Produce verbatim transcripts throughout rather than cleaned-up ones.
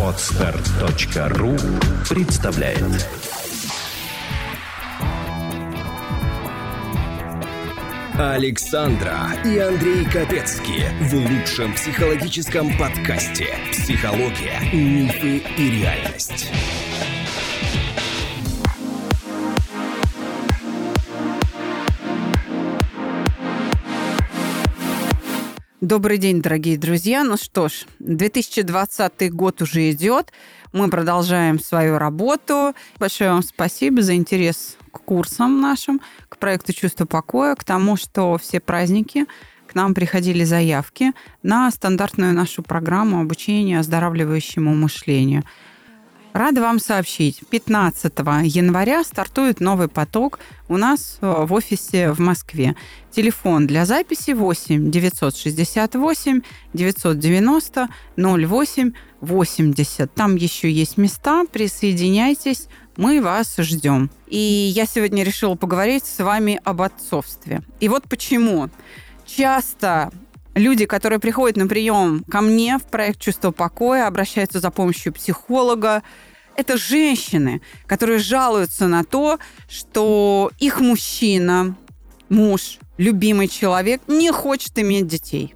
Подстер точка ру представляет. Александра и Андрей Капецки в лучшем психологическом подкасте «Психология, мифы и реальность». Добрый день, дорогие друзья. Ну что ж, две тысячи двадцатый год уже идет. Мы продолжаем свою работу. Большое вам спасибо за интерес к курсам нашим, к проекту «Чувство покоя», к тому, что все праздники к нам приходили заявки на стандартную нашу программу обучения оздоравливающему мышлению. Рада вам сообщить, пятнадцатого января стартует новый поток у нас в офисе в Москве. Телефон для записи восемь девятьсот шестьдесят восемь девятьсот девяносто ноль восемь восемьдесят. Там еще есть места, присоединяйтесь, мы вас ждем. И я сегодня решила поговорить с вами об отцовстве. И вот почему. Часто люди, которые приходят на прием ко мне в проект «Чувство покоя», обращаются за помощью психолога. Это женщины, которые жалуются на то, что их мужчина, муж, любимый человек не хочет иметь детей.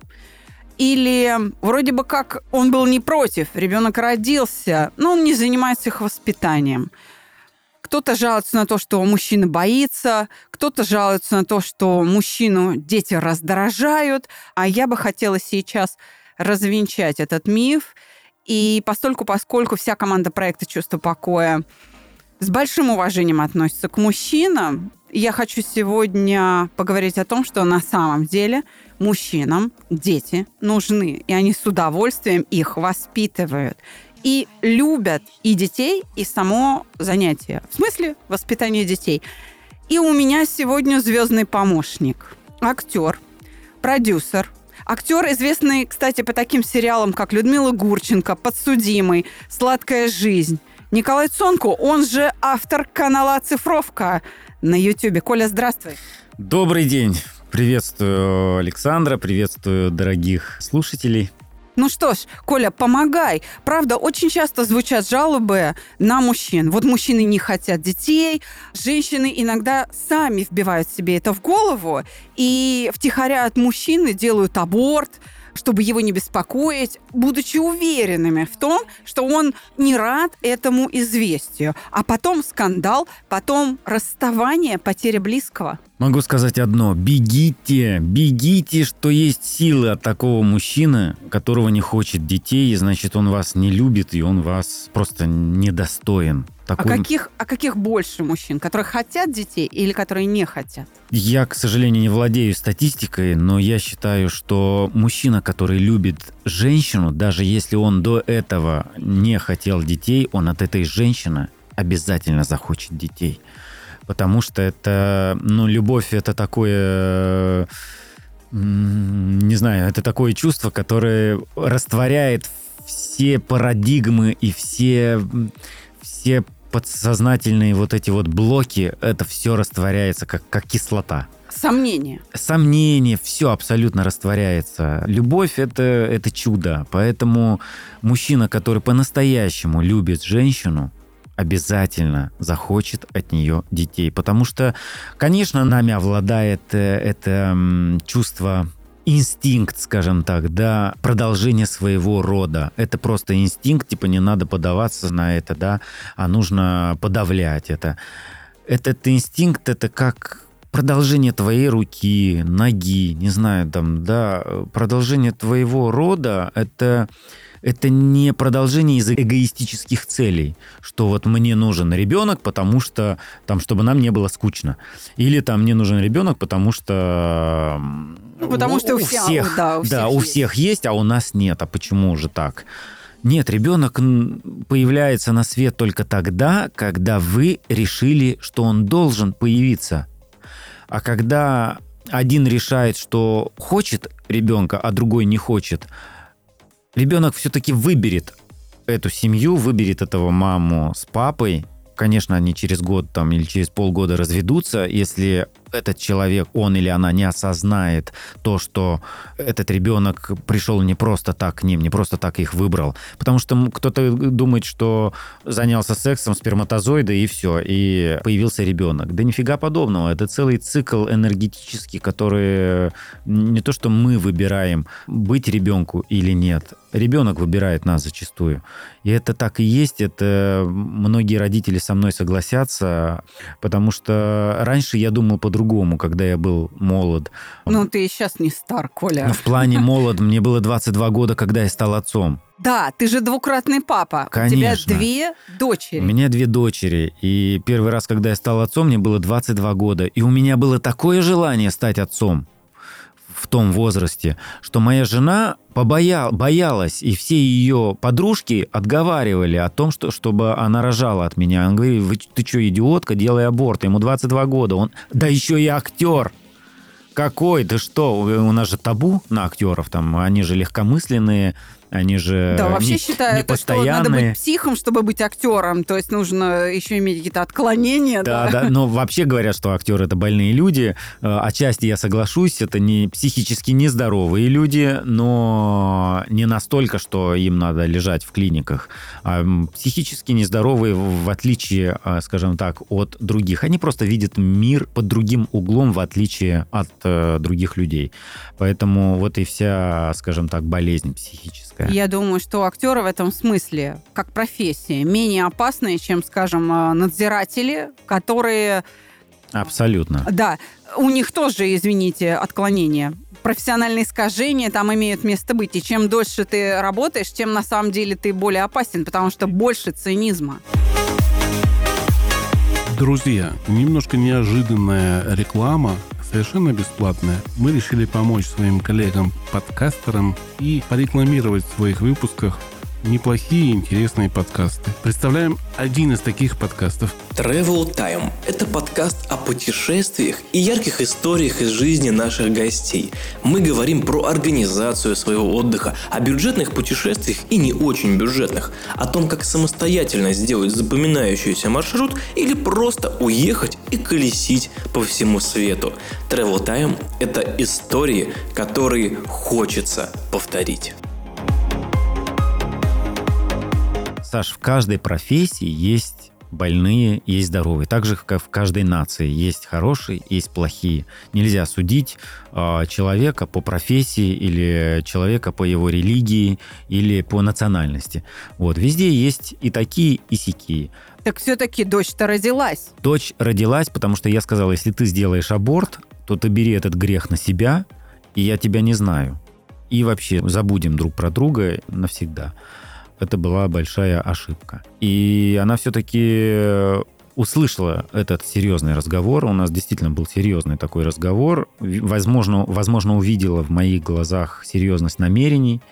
Или вроде бы как он был не против, ребенок родился, но он не занимается их воспитанием. Кто-то жалуется на то, что мужчина боится, кто-то жалуется на то, что мужчину дети раздражают. А я бы хотела сейчас развенчать этот миф. И постольку, поскольку вся команда проекта «Чувство покоя» с большим уважением относится к мужчинам, я хочу сегодня поговорить о том, что на самом деле мужчинам дети нужны. И они с удовольствием их воспитывают. И любят и детей, и само занятие. В смысле воспитания детей. И у меня сегодня звездный помощник. Актер, продюсер. Актер, известный, кстати, по таким сериалам, как «Людмила Гурченко», «Подсудимый», «Сладкая жизнь». Николай Цонко, он же автор канала «Оцифровка» на Ютубе. Коля, здравствуй. Добрый день. Приветствую Александра, приветствую дорогих слушателей. Ну что ж, Коля, помогай. Правда, очень часто звучат жалобы на мужчин. Вот мужчины не хотят детей, женщины иногда сами вбивают себе это в голову и втихаря от мужчины делают аборт, чтобы его не беспокоить, будучи уверенными в том, что он не рад этому известию. А потом скандал, потом расставание, потеря близкого. Могу сказать одно. Бегите, бегите, что есть силы от такого мужчины, которого не хочет детей, и значит, он вас не любит, и он вас просто недостоин. Такой... А каких, а каких больше мужчин? Которые хотят детей или которые не хотят? Я, к сожалению, не владею статистикой, но я считаю, что мужчина, который любит женщину, даже если он до этого не хотел детей, он от этой женщины обязательно захочет детей. Потому что это, ну, любовь — это такое, не знаю, это такое чувство, которое растворяет все парадигмы и все, все подсознательные вот эти вот блоки, это все растворяется как, как кислота. Сомнения. Сомнения, все абсолютно растворяется. Любовь — это, это чудо. Поэтому мужчина, который по-настоящему любит женщину, обязательно захочет от нее детей. Потому что, конечно, нами овладает это чувство, инстинкт, скажем так, да, продолжение своего рода. Это просто инстинкт, типа не надо поддаваться на это, да, а нужно подавлять это. Этот инстинкт — это как продолжение твоей руки, ноги, не знаю, там, да, продолжение твоего рода — это... Это не продолжение из эгоистических целей, что вот мне нужен ребенок, потому что, там, чтобы нам не было скучно. Или там мне нужен ребенок, потому что... Ну, потому у, что у, у всех, всех, да, у всех, да, у есть. всех есть, а у нас нет. А почему же так? Нет, ребенок появляется на свет только тогда, когда вы решили, что он должен появиться. А когда один решает, что хочет ребенка, а другой не хочет, ребенок все-таки выберет эту семью, выберет этого маму с папой, конечно, они через год там, или через полгода разведутся, если этот человек, он или она не осознает то, что этот ребенок пришел не просто так к ним, не просто так их выбрал. Потому что кто-то думает, что занялся сексом, сперматозоиды, и все, и появился ребенок. Да нифига подобного. Это целый цикл энергетический, который не то, что мы выбираем, быть ребенку или нет. Ребенок выбирает нас зачастую. И это так и есть. Это многие родители со мной согласятся, потому что раньше я думал по-другому, когда я был молод. Ну, ты и сейчас не стар, Коля. Но в плане молод. Мне было двадцать два года, когда я стал отцом. Да, ты же двукратный папа. Конечно. У тебя две дочери. У меня две дочери. И первый раз, когда я стал отцом, мне было двадцать два года. И у меня было такое желание стать отцом в том возрасте, что моя жена побоя... боялась, и все ее подружки отговаривали о том, что, чтобы она рожала от меня. Она говорит: ты что, идиотка, делай аборт. Ему двадцать два года. Он... Да еще и актер. Какой? Ты что? У нас же табу на актеров. Там, они же легкомысленные, они же да, вообще не, считают, что надо быть психом, чтобы быть актером. То есть нужно еще иметь какие-то отклонения. Да, да, да. Но вообще говорят, что актеры — это больные люди. Отчасти я соглашусь, это не психически нездоровые люди, но не настолько, что им надо лежать в клиниках. А психически нездоровые, в отличие, скажем так, от других. Они просто видят мир под другим углом, в отличие от других людей. Поэтому вот и вся, скажем так, болезнь психическая. Я думаю, что актеры в этом смысле, как профессия, менее опасные, чем, скажем, надзиратели, которые... Абсолютно. Да, у них тоже, извините, отклонения. Профессиональные искажения там имеют место быть. И чем дольше ты работаешь, тем на самом деле ты более опасен, потому что больше цинизма. Друзья, немножко неожиданная реклама, совершенно бесплатная. Мы решили помочь своим коллегам-подкастерам и порекламировать в своих выпусках неплохие и интересные подкасты. Представляем один из таких подкастов. Travel Time – это подкаст о путешествиях и ярких историях из жизни наших гостей. Мы говорим про организацию своего отдыха, о бюджетных путешествиях и не очень бюджетных, о том, как самостоятельно сделать запоминающийся маршрут или просто уехать и колесить по всему свету. Travel Time – это истории, которые хочется повторить. Саш, в каждой профессии есть больные, есть здоровые. Так же, как в каждой нации. Есть хорошие, есть плохие. Нельзя судить э, человека по профессии или человека по его религии или по национальности. Вот. Везде есть и такие, и сякие. Так все-таки дочь-то родилась. Дочь родилась, потому что я сказал, если ты сделаешь аборт, то ты бери этот грех на себя, и я тебя не знаю. И вообще забудем друг про друга навсегда. Это была большая ошибка. И она все-таки услышала этот серьезный разговор. У нас действительно был серьезный такой разговор. Возможно, возможно, увидела в моих глазах серьезность намерений.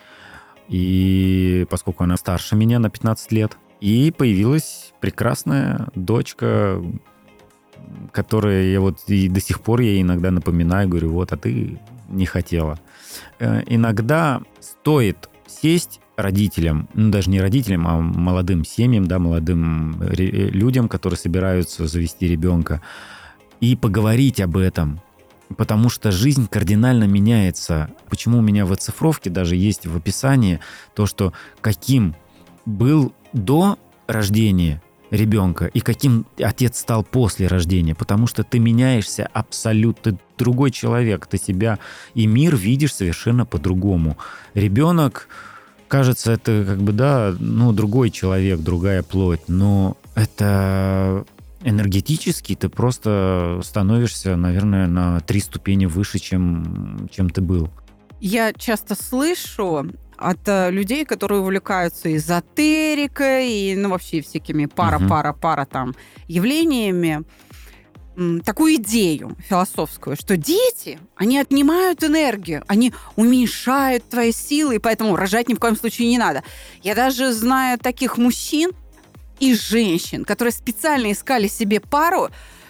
И поскольку она старше меня на пятнадцать лет. И появилась прекрасная дочка, которая я вот и до сих пор ей иногда напоминаю, говорю: вот, а ты не хотела. Иногда стоит сесть родителям, ну даже не родителям, а молодым семьям, да, молодым людям, которые собираются завести ребенка, и поговорить об этом, потому что жизнь кардинально меняется. Почему у меня в оцифровке даже есть в описании то, что каким был до рождения ребенка и каким отец стал после рождения, потому что ты меняешься абсолютно, ты другой человек, ты себя и мир видишь совершенно по-другому. Ребенок, кажется, это как бы, да, ну, другой человек, другая плоть, но это энергетически ты просто становишься, наверное, на три ступени выше, чем, чем ты был. Я часто слышу от людей, которые увлекаются эзотерикой и, ну, вообще всякими пара-пара-пара там явлениями, такую идею философскую, что дети, они отнимают энергию, они уменьшают твои силы, и поэтому рожать ни в коем случае не надо. Я даже знаю таких мужчин и женщин, которые специально искали себе пару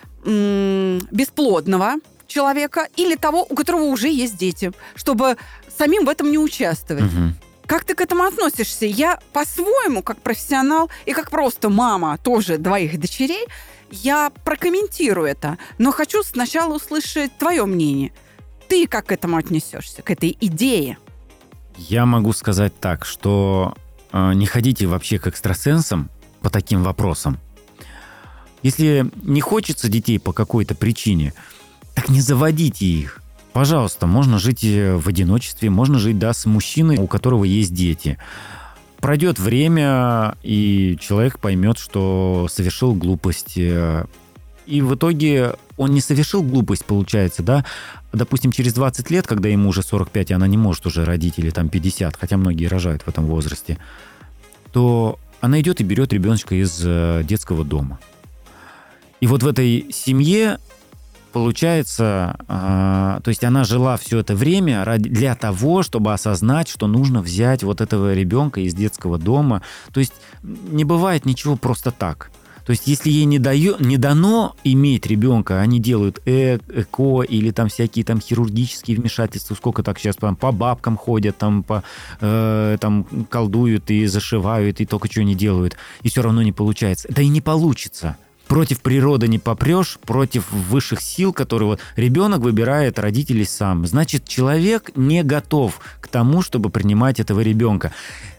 м- бесплодного человека или того, у которого уже есть дети, чтобы самим в этом не участвовать. Угу. Как ты к этому относишься? Я по-своему, как профессионал и как просто мама тоже двоих дочерей, я прокомментирую это, но хочу сначала услышать твое мнение. Ты как к этому отнесешься, к этой идее? Я могу сказать так, что э, не ходите вообще к экстрасенсам по таким вопросам. Если не хочется детей по какой-то причине, так не заводите их. Пожалуйста, можно жить в одиночестве, можно жить, да, с мужчиной, у которого есть дети. Пройдет время, и человек поймет, что совершил глупость. И в итоге он не совершил глупость, получается, да? Допустим, через двадцать лет, когда ему уже сорок пять, и она не может уже родить, или там пятьдесят, хотя многие рожают в этом возрасте, то она идет и берет ребеночка из детского дома. И вот в этой семье, получается, э, то есть она жила все это время ради, для того, чтобы осознать, что нужно взять вот этого ребенка из детского дома. То есть не бывает ничего просто так. То есть если ей не, даю, не дано иметь ребенка, они делают э, эко или там всякие там хирургические вмешательства, сколько так сейчас там, по бабкам ходят, там, по, э, там колдуют и зашивают, и только что не делают, и все равно не получается. Да и не получится. Против природы не попрешь, против высших сил, которые вот ребенок выбирает родителей сам. Значит, человек не готов к тому, чтобы принимать этого ребенка.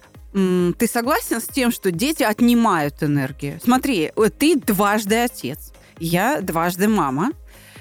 Ты согласен с тем, что дети отнимают энергию? Смотри, ты дважды отец, я дважды мама.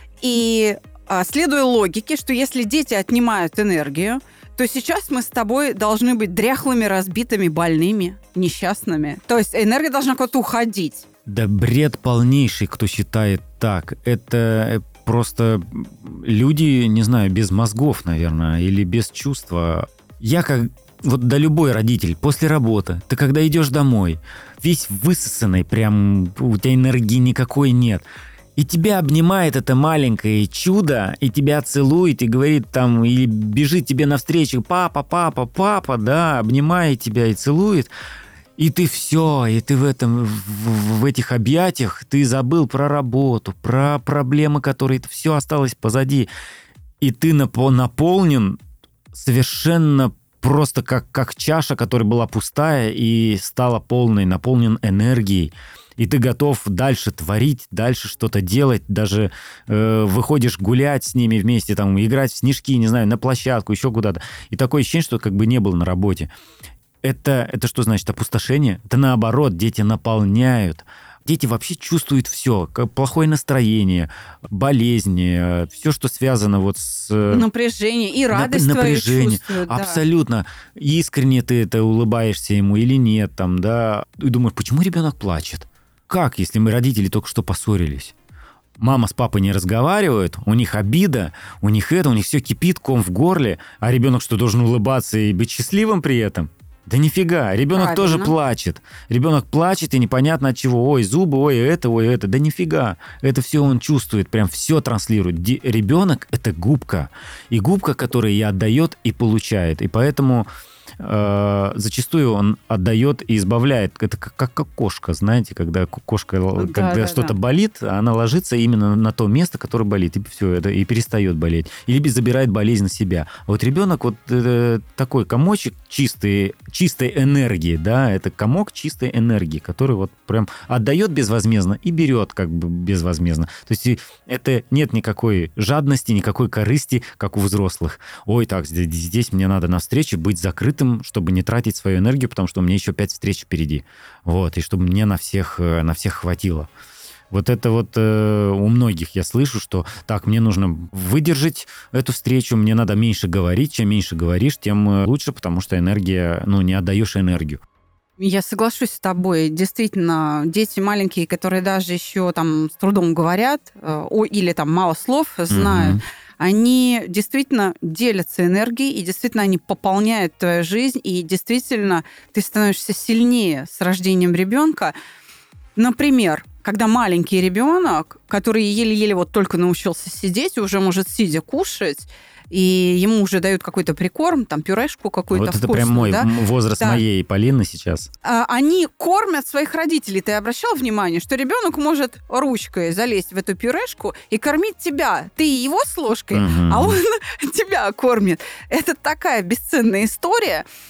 И следуя логике, что если дети отнимают энергию, то сейчас мы с тобой должны быть дряхлыми, разбитыми, больными, несчастными. То есть энергия должна куда-то уходить. Да бред полнейший, кто считает так. Это просто люди, не знаю, без мозгов, наверное, или без чувства. Я как... Вот да любой родитель, после работы, ты когда идешь домой, весь высосанный, прям у тебя энергии никакой нет, и тебя обнимает это маленькое чудо, и тебя целует, и говорит там, или бежит тебе навстречу, папа, папа, папа, да, обнимает тебя и целует, и ты все, и ты в этом, в, в этих объятиях, ты забыл про работу, про проблемы, которые все осталось позади, и ты наполнен совершенно просто как, как чаша, которая была пустая и стала полной, наполнен энергией. И ты готов дальше творить, дальше что-то делать, даже э, выходишь гулять с ними вместе, там, играть в снежки, не знаю, на площадку, еще куда-то. И такое ощущение, что как бы не было на работе. Это, это что значит опустошение? Это наоборот, дети наполняют. Дети вообще чувствуют все, как плохое настроение, болезни, все, что связано вот с... Напряжение и радость напряжение. Твою чувствуют, абсолютно. Да. Искренне ты это улыбаешься ему или нет, там, да. И думаешь, почему ребенок плачет? Как, если мы родители только что поссорились? Мама с папой не разговаривают, у них обида, у них это, у них все кипит, ком в горле, а ребенок что, должен улыбаться и быть счастливым при этом? Да нифига, ребенок тоже плачет. Ребенок плачет, и непонятно от чего. Ой, зубы, ой, это, ой, это. Да нифига. Это все он чувствует, прям все транслирует. Ди- ребенок – это губка. И губка, которая и отдает, и получает. И поэтому э, зачастую он отдает и избавляет. Это как, как, как кошка, знаете, когда кошка, да, когда да, что-то да. болит, она ложится именно на то место, которое болит, и все, это и перестает болеть. Или забирает болезнь на себя. А вот ребенок вот э, такой комочек чистый, чистой энергии, да, это комок чистой энергии, который вот прям отдает безвозмездно и берет как бы безвозмездно. То есть это нет никакой жадности, никакой корысти, как у взрослых. Ой, так, здесь, здесь мне надо на встрече быть закрытым, чтобы не тратить свою энергию, потому что у меня еще пять встреч впереди. Вот, и чтобы мне на всех, на всех хватило. Вот это вот э, у многих я слышу, что так, мне нужно выдержать эту встречу, мне надо меньше говорить. Чем меньше говоришь, тем лучше, потому что энергия, ну, не отдаешь энергию. Я соглашусь с тобой. Действительно, дети маленькие, которые даже еще там с трудом говорят, э, или там мало слов знают, угу. они действительно делятся энергией, и действительно они пополняют твою жизнь, и действительно ты становишься сильнее с рождением ребенка. Например, когда маленький ребенок, который еле-еле вот только научился сидеть, уже может сидя кушать, и ему уже дают какой-то прикорм, там пюрешку какую-то вот вкусную. Это прям мой да? возраст да. моей Полины сейчас. Они кормят своих родителей. Ты обращал внимание, что ребенок может ручкой залезть в эту пюрешку и кормить тебя. Ты его с ложкой, угу. а он тебя кормит. Это такая бесценная история.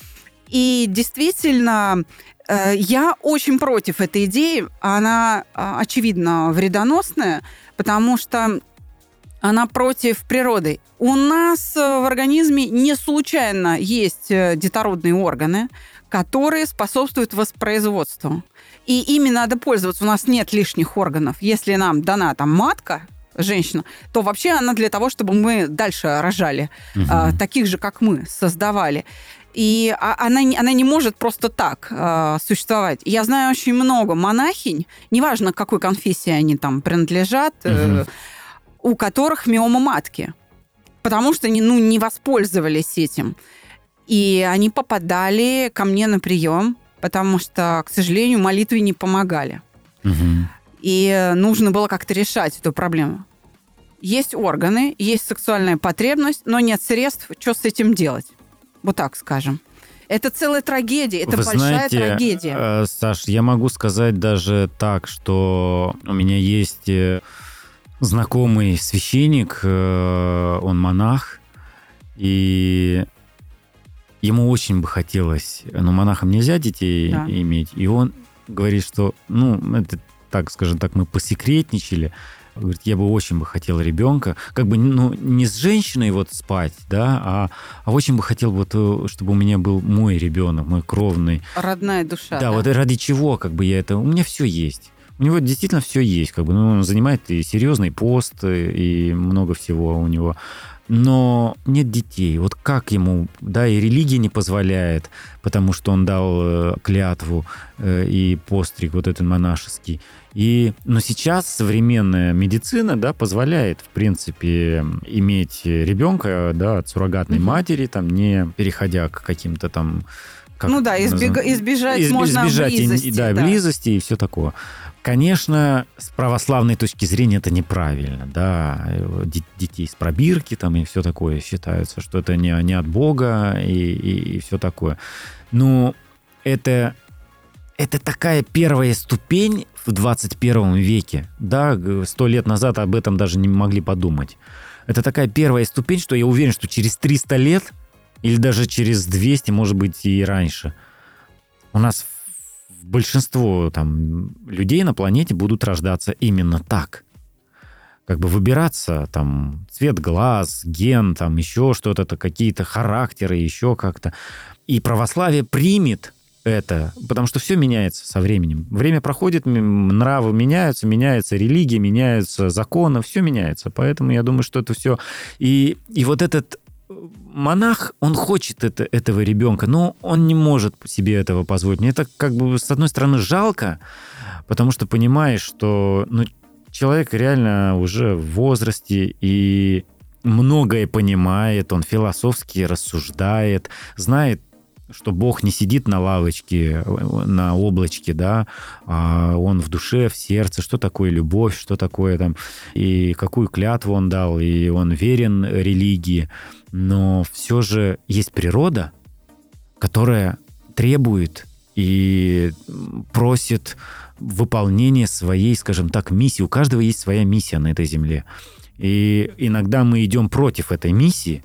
И действительно, я очень против этой идеи. Она, очевидно, вредоносная, потому что она против природы. У нас в организме не случайно есть детородные органы, которые способствуют воспроизводству. И ими надо пользоваться. У нас нет лишних органов. Если нам дана там матка, женщина, то вообще она для того, чтобы мы дальше рожали, угу. а, таких же, как мы, создавали. И она, она не может просто так э, существовать. Я знаю очень много монахинь, неважно, к какой конфессии они там принадлежат, э, угу. у которых миома матки, потому что они ну, не воспользовались этим. И они попадали ко мне на прием, потому что, к сожалению, молитвы не помогали. Угу. И нужно было как-то решать эту проблему. Есть органы, есть сексуальная потребность, но нет средств, что с этим делать. Вот так скажем. Это целая трагедия, это Вы большая знаете, трагедия. Э, Саш, я могу сказать даже так, что у меня есть знакомый священник, э, он монах, и ему очень бы хотелось, ну, монахам нельзя детей да. иметь, и он говорит, что, ну, это, так скажем так, мы посекретничали. Говорит, я бы очень бы хотел ребенка, как бы ну, не с женщиной вот спать, да, а, а очень бы хотел, вот, чтобы у меня был мой ребенок, мой кровный. Родная душа. Да, да, вот ради чего как бы я это... У меня все есть. У него действительно все есть. Как бы, ну, он занимает и серьезный пост, и много всего у него. Но нет детей. Вот как ему, да, и религия не позволяет, потому что он дал клятву и постриг вот этот монашеский. И, но сейчас современная медицина, да, позволяет, в принципе, иметь ребенка, да, от суррогатной угу. матери, там, не переходя к каким-то там... Как, ну да, избег... избежать Из... можно избежать близости. И, да, да, близости и все такое. Конечно, с православной точки зрения это неправильно, да, детей с пробирки там и все такое считается, что это не, не от Бога и, и, и все такое. Но это, это такая первая ступень в двадцать первом веке, да, сто лет назад об этом даже не могли подумать. Это такая первая ступень, что я уверен, что через триста лет или даже через двести, может быть, и раньше, у нас большинство там, людей на планете будут рождаться именно так. Как бы выбираться, там, цвет глаз, ген, там, еще что-то, какие-то характеры, еще как-то. И православие примет это, потому что все меняется со временем. Время проходит, нравы меняются, меняется религия, меняются законы, все меняется. Поэтому я думаю, что это все... И, и вот этот монах, он хочет это, этого ребенка, но он не может себе этого позволить. Мне это как бы, с одной стороны, жалко, потому что понимаешь, что ну, человек реально уже в возрасте и многое понимает, он философски рассуждает, знает, что Бог не сидит на лавочке, на облачке, да, а он в душе, в сердце, что такое любовь, что такое там, и какую клятву он дал, и он верен религии. Но все же есть природа, которая требует и просит выполнения своей, скажем так, миссии. У каждого есть своя миссия на этой земле. И иногда мы идем против этой миссии,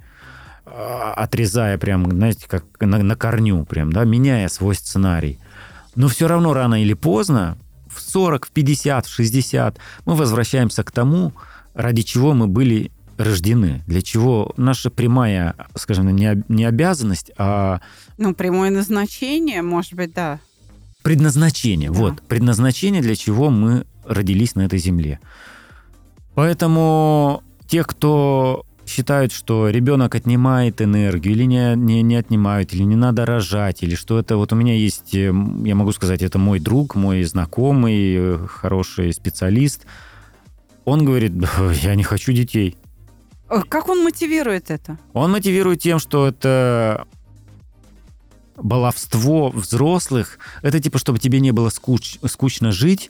отрезая прям, знаете, как на, на корню, прям, да, меняя свой сценарий. Но все равно рано или поздно, в сорок, в пятьдесят, в шестьдесят, мы возвращаемся к тому, ради чего мы были рождены, для чего наша прямая, скажем, не, не обязанность, а... Ну, прямое назначение, может быть, да. Предназначение, да. Вот, предназначение, для чего мы родились на этой земле. Поэтому те, кто считают, что ребенок отнимает энергию, или не, не, не отнимают, или не надо рожать, или что это... Вот у меня есть, я могу сказать, это мой друг, мой знакомый, хороший специалист. Он говорит, я не хочу детей. Как он мотивирует это? Он мотивирует тем, что это баловство взрослых. Это типа, чтобы тебе не было скуч, скучно жить,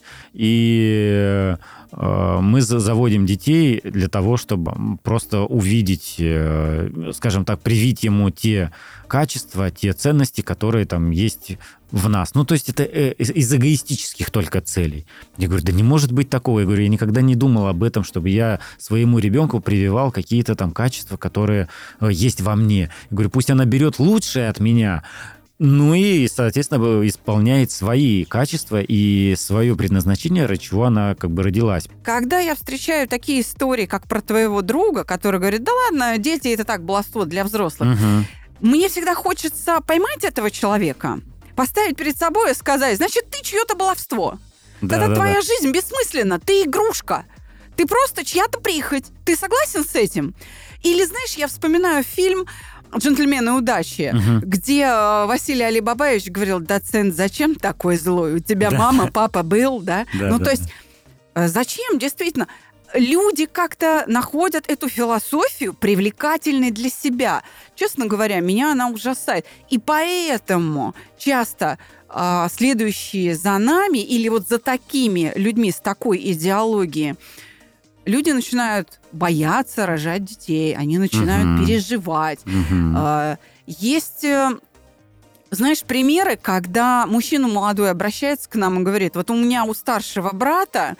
и э, мы заводим детей для того, чтобы просто увидеть, э, скажем так, привить ему те качества, те ценности, которые там есть в нас. Ну, то есть это из эгоистических только целей. Я говорю, да не может быть такого. Я говорю, я никогда не думал об этом, чтобы я своему ребенку прививал какие-то там качества, которые есть во мне. Я говорю, пусть она берет лучшее от меня, Ну и, соответственно, исполняет свои качества и свое предназначение, ради чего она как бы родилась. Когда я встречаю такие истории, как про твоего друга, который говорит, да ладно, дети это так, баловство для взрослых, Угу. мне всегда хочется поймать этого человека, поставить перед собой и сказать, значит, ты чье-то баловство. Да, Тогда да, твоя да. жизнь бессмысленна, ты игрушка. Ты просто чья-то прихоть. Ты согласен с этим? Или, знаешь, я вспоминаю фильм «Джентльмены удачи», Мгм. где э, Василий Алибабаевич говорил, доцент, зачем такой злой? У тебя Да. мама, папа был, да? Да, ну, да, то есть, э, зачем? Действительно, люди как-то находят эту философию привлекательной для себя. Честно говоря, меня она ужасает. И поэтому часто э, следующие за нами или вот за такими людьми с такой идеологией люди начинают бояться рожать детей, они начинают Мгм. переживать. Мгм. А, Есть, э, знаешь, примеры, когда мужчина молодой обращается к нам и говорит, вот у меня у старшего брата,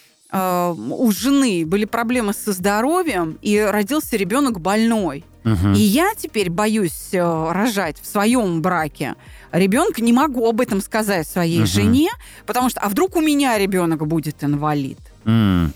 э, у жены были проблемы со здоровьем, и родился ребенок больной. Мгм. И я теперь боюсь э, рожать в своем браке ребенка, не могу об этом сказать своей Мгм. жене, потому что, а вдруг у меня ребенок будет инвалид? М.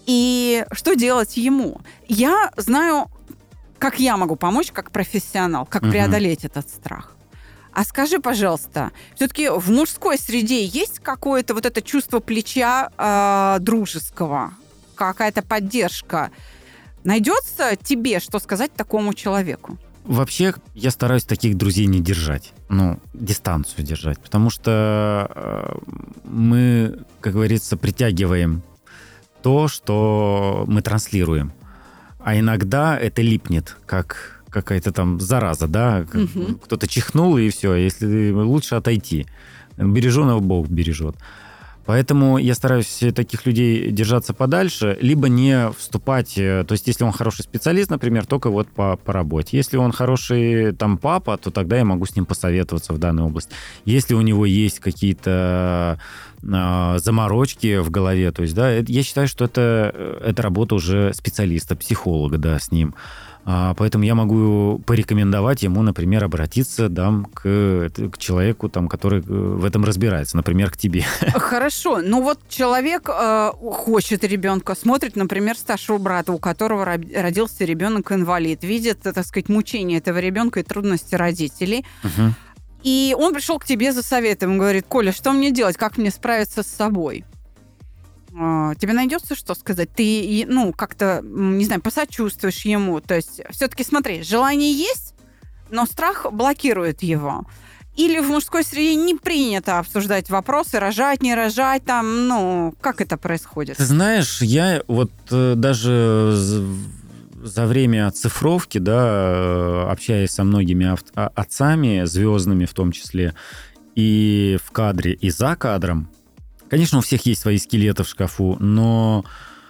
И что делать ему? Я знаю, как я могу помочь, как профессионал, как Мгм. преодолеть этот страх. А скажи, пожалуйста, все-таки в мужской среде есть какое-то вот это чувство плеча э, дружеского, какая-то поддержка? Найдется тебе, что сказать такому человеку? Вообще, я стараюсь таких друзей не держать. Ну, дистанцию держать. Потому что э, мы, как говорится, притягиваем то, что мы транслируем. А иногда это липнет, как какая-то там зараза, да? Как Мгм. кто-то чихнул, и все. Если лучше отойти. Береженого Бог бережет. Поэтому я стараюсь таких людей держаться подальше, либо не вступать. э, То есть, если он хороший специалист, например, только вот по, по работе. Если он хороший там папа, то тогда я могу с ним посоветоваться в данной области. Если у него есть какие-то э, заморочки в голове, то есть, да, это- я считаю, что это, э, это работа уже специалиста, психолога, да, с ним. А, Поэтому я могу порекомендовать ему, например, обратиться да, к, к человеку, там, который э, в этом разбирается, например, к тебе. Хорошо, ну вот человек э, хочет ребенка, смотрит, например, старшего брата, у которого ро- родился ребенок-инвалид, видит, так сказать, мучения этого ребенка и трудности родителей. Мгм. И он пришел к тебе за советом и говорит, Коля, что мне делать, как мне справиться с собой? А, Тебе найдется что сказать? Ты, и, ну, как-то, м, не знаю, посочувствуешь ему. То есть все-таки смотри, желание есть, но страх блокирует его. Или в мужской среде не принято обсуждать вопросы, рожать, не рожать, там, ну, как это происходит? Ты знаешь, я вот э, даже з- за время цифровки, да, э, общаясь со многими ав- а- отцами, звездными в том числе, и в кадре, и за кадром, конечно, у всех есть свои скелеты в шкафу, но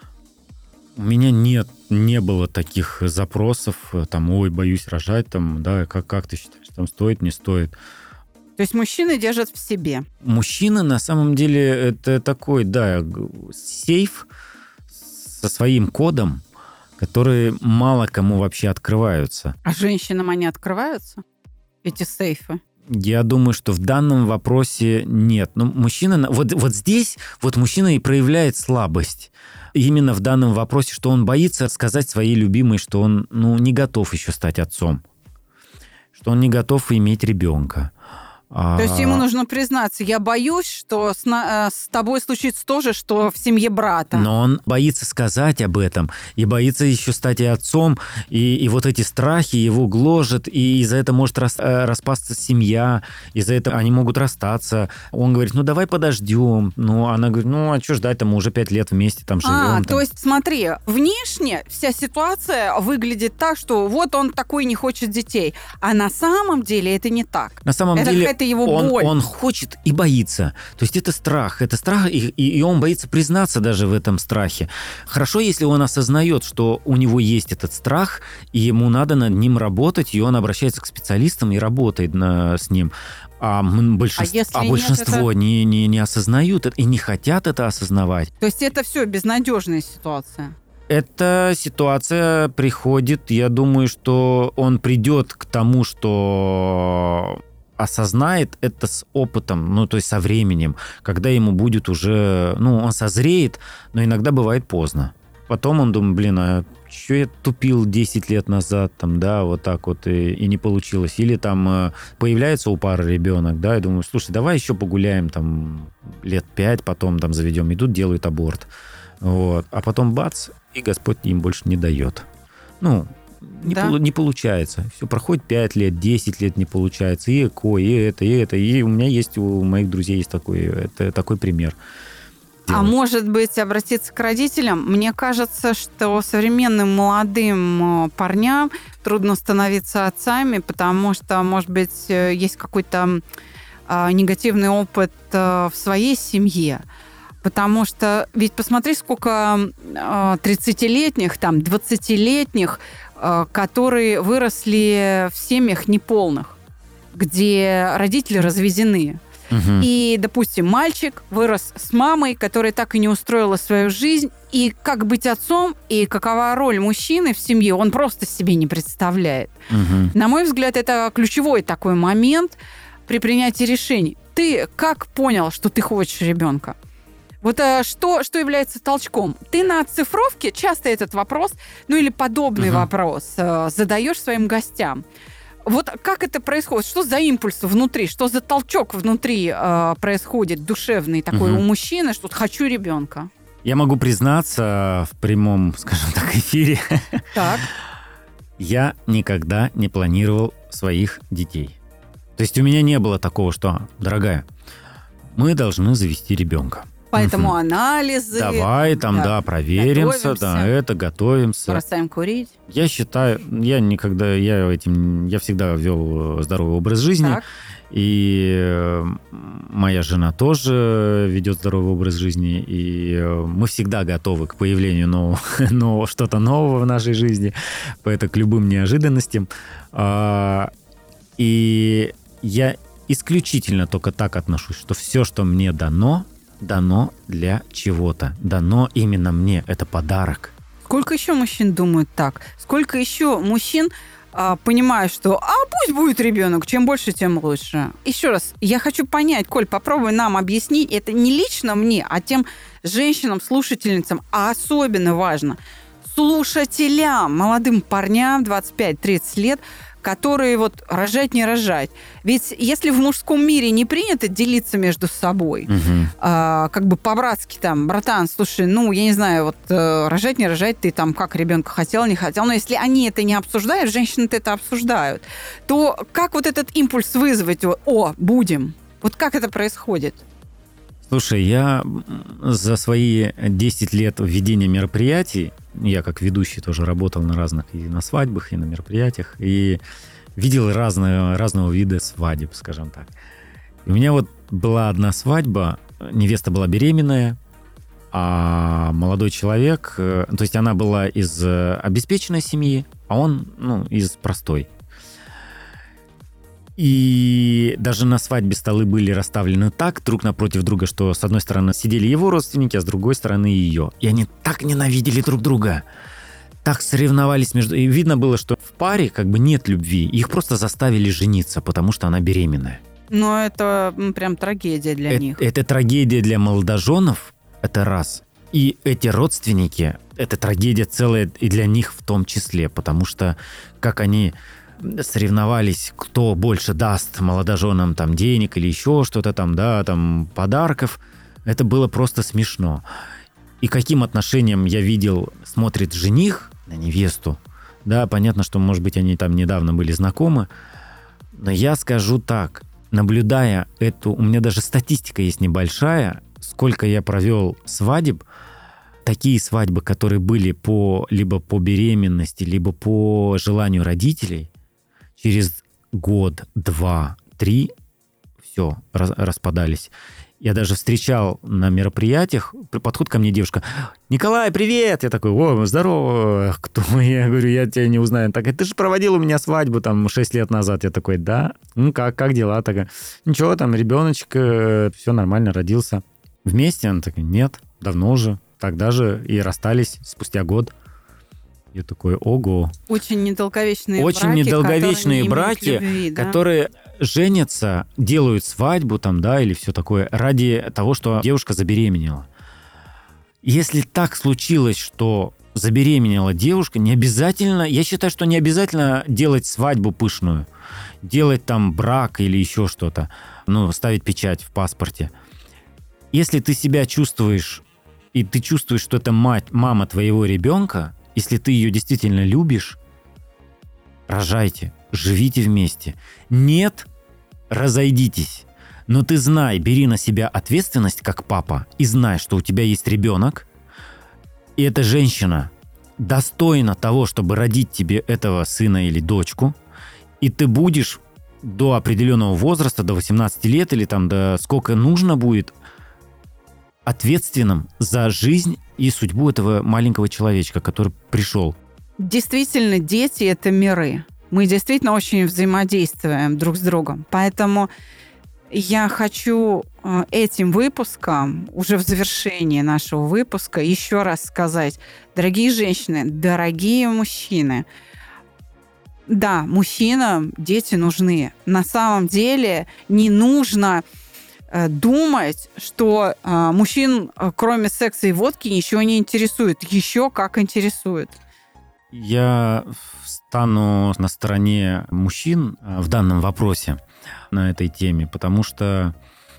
у меня нет, не было таких запросов, э, там, ой, боюсь рожать, там, да, как, как ты считаешь, там, стоит, не стоит. То есть мужчины держат в себе. Мужчина на самом деле это такой, да, г- сейф со своим кодом, которые мало кому вообще открываются. А женщинам они открываются? Эти сейфы? Я думаю, что в данном вопросе нет. Но мужчина, на- вот, вот здесь вот мужчина и проявляет слабость. Именно в данном вопросе, что он боится сказать своей любимой, что он ну, не готов еще стать отцом, что он не готов иметь ребенка. То есть ему нужно признаться, я боюсь, что с, на- э, с тобой случится то же, что в семье брата. Но он боится сказать об этом, и боится еще стать и отцом, и, и вот эти страхи его гложат, и из-за этого может рас- э, распасться семья, из-за этого они могут расстаться. Он говорит, ну давай подождем. Ну, она говорит, ну а что ждать, там мы уже пять лет вместе там живем. А, там. то есть, смотри, внешне вся ситуация выглядит так, что вот он такой не хочет детей, а на самом деле это не так. На самом это деле какая-то его он, боль. он хочет и боится. То есть это страх. Это страх, и, и, и он боится признаться даже в этом страхе. Хорошо, если он осознает, что у него есть этот страх, и ему надо над ним работать, и он обращается к специалистам и работает на, с ним. А, м, большинство, если а нет, большинство это- не, не, не осознают это и не хотят это осознавать. То есть это все безнадежная ситуация. Эта ситуация приходит, я думаю, что он придет к тому, что осознает это с опытом, ну, то есть со временем, когда ему будет уже, ну, он созреет, но иногда бывает поздно. Потом он думает, блин, а что я тупил десять лет назад, там, да, вот так вот, и, и не получилось. Или там появляется у пары ребенок, да, и думаю, слушай, давай еще погуляем там лет пять, потом там заведем, идут, делают аборт. Вот. А потом бац, и Господь им больше не дает. Ну, Не, да. пол, не получается. Все, проходит пять лет, десять лет не получается. И ЭКО, и это, и это. И у меня есть, у моих друзей есть такой, это, такой пример. А может быть, обратиться к родителям? Мне кажется, что современным молодым парням трудно становиться отцами, потому что, может быть, есть какой-то негативный опыт в своей семье. Потому что, ведь посмотри, сколько тридцатилетних, там, двадцатилетних, которые выросли в семьях неполных, где родители разведены. Угу. И, допустим, мальчик вырос с мамой, которая так и не устроила свою жизнь, и как быть отцом, и какова роль мужчины в семье, он просто себе не представляет. Угу. На мой взгляд, это ключевой такой момент при принятии решений. Ты как понял, что ты хочешь ребенка? Вот а, что, что является толчком? Ты на оцифровке часто этот вопрос, ну или подобный uh-huh. вопрос а, задаешь своим гостям. Вот как это происходит? Что за импульс внутри? Что за толчок внутри а, происходит душевный такой uh-huh. у мужчины, что хочу ребенка? Я могу признаться в прямом, скажем так, эфире. Так. Я никогда не планировал своих детей. То есть у меня не было такого, что, дорогая, мы должны завести ребенка. Поэтому угу. анализы. Давай там, да, да проверимся, готовимся. Да, это, готовимся. Бросаем курить. Я считаю, я никогда, я этим, я всегда вел здоровый образ жизни. Так. И моя жена тоже ведет здоровый образ жизни. И мы всегда готовы к появлению нового, нового, что-то нового в нашей жизни. Поэтому к любым неожиданностям. И я исключительно только так отношусь, что все, что мне дано, дано для чего-то. Дано именно мне. Это подарок. Сколько еще мужчин думают так? Сколько еще мужчин а, понимают, что а пусть будет ребенок, чем больше, тем лучше. Еще раз, я хочу понять, Коль, попробуй нам объяснить. Это не лично мне, а тем женщинам, слушательницам, а особенно важно, слушателям, молодым парням двадцать пять тридцать лет, которые вот рожать, не рожать. Ведь если в мужском мире не принято делиться между собой, угу. а, как бы по-братски там, братан, слушай, ну, я не знаю, вот рожать, не рожать, ты там как ребенка хотел, не хотел, но если они это не обсуждают, женщины-то это обсуждают, то как вот этот импульс вызвать? О, будем. Вот как это происходит? Слушай, я за свои десять лет ведения мероприятий, я как ведущий тоже работал на разных, и на свадьбах, и на мероприятиях, и видел разные, разного вида свадеб, скажем так. И у меня вот была одна свадьба, невеста была беременная, а молодой человек, то есть она была из обеспеченной семьи, а он, ну, из простой. И даже на свадьбе столы были расставлены так, друг напротив друга, что с одной стороны сидели его родственники, а с другой стороны ее. И они так ненавидели друг друга, так соревновались между... И видно было, что в паре как бы нет любви. Их просто заставили жениться, потому что она беременная. Но это прям трагедия для это, них. Это трагедия для молодоженов, это раз. И эти родственники, это трагедия целая и для них в том числе, потому что как они... соревновались, кто больше даст молодоженам там денег или еще что-то там, да, там подарков. Это было просто смешно. И каким отношением я видел, смотрит жених на невесту. Да, понятно, что, может быть, они там недавно были знакомы. Но я скажу так, наблюдая эту... У меня даже статистика есть небольшая, сколько я провел свадеб, такие свадьбы, которые были по, либо по беременности, либо по желанию родителей, через год, два, три все, раз, распадались. Я даже встречал на мероприятиях, подходит ко мне девушка: «Николай, привет!» Я такой: «О, здорово, кто?» Я говорю: «Я тебя не узнаю». Так, ты же проводил у меня свадьбу там шесть лет назад. Я такой: «Да, ну как, как дела?» Такая: «Ничего, там ребеночек, все нормально, родился». Вместе? Она такая: «Нет, давно уже». Тогда же и расстались спустя год. Я такой, ого. Очень недолговечные Очень браки, недолговечные которые не браки, имеют любви, да? которые женятся, делают свадьбу там, да, или все такое, ради того, что девушка забеременела. Если так случилось, что забеременела девушка, не обязательно, я считаю, что не обязательно делать свадьбу пышную, делать там брак или еще что-то, ну, ставить печать в паспорте. Если ты себя чувствуешь, и ты чувствуешь, что это мать, мама твоего ребенка, если ты ее действительно любишь, рожайте, живите вместе. Нет, разойдитесь. Но ты знай, бери на себя ответственность как папа и знай, что у тебя есть ребенок, и эта женщина достойна того, чтобы родить тебе этого сына или дочку, и ты будешь до определенного возраста, до восемнадцати лет или там до сколько нужно будет, ответственным за жизнь и судьбу этого маленького человечка, который пришел. Действительно, дети – это миры. Мы действительно очень взаимодействуем друг с другом. Поэтому я хочу этим выпуском, уже в завершении нашего выпуска, еще раз сказать, дорогие женщины, дорогие мужчины, да, мужчинам дети нужны. На самом деле не нужно думать, что мужчин, кроме секса и водки, ничего не интересует. Еще как интересует. Я стану на стороне мужчин в данном вопросе, на этой теме, потому что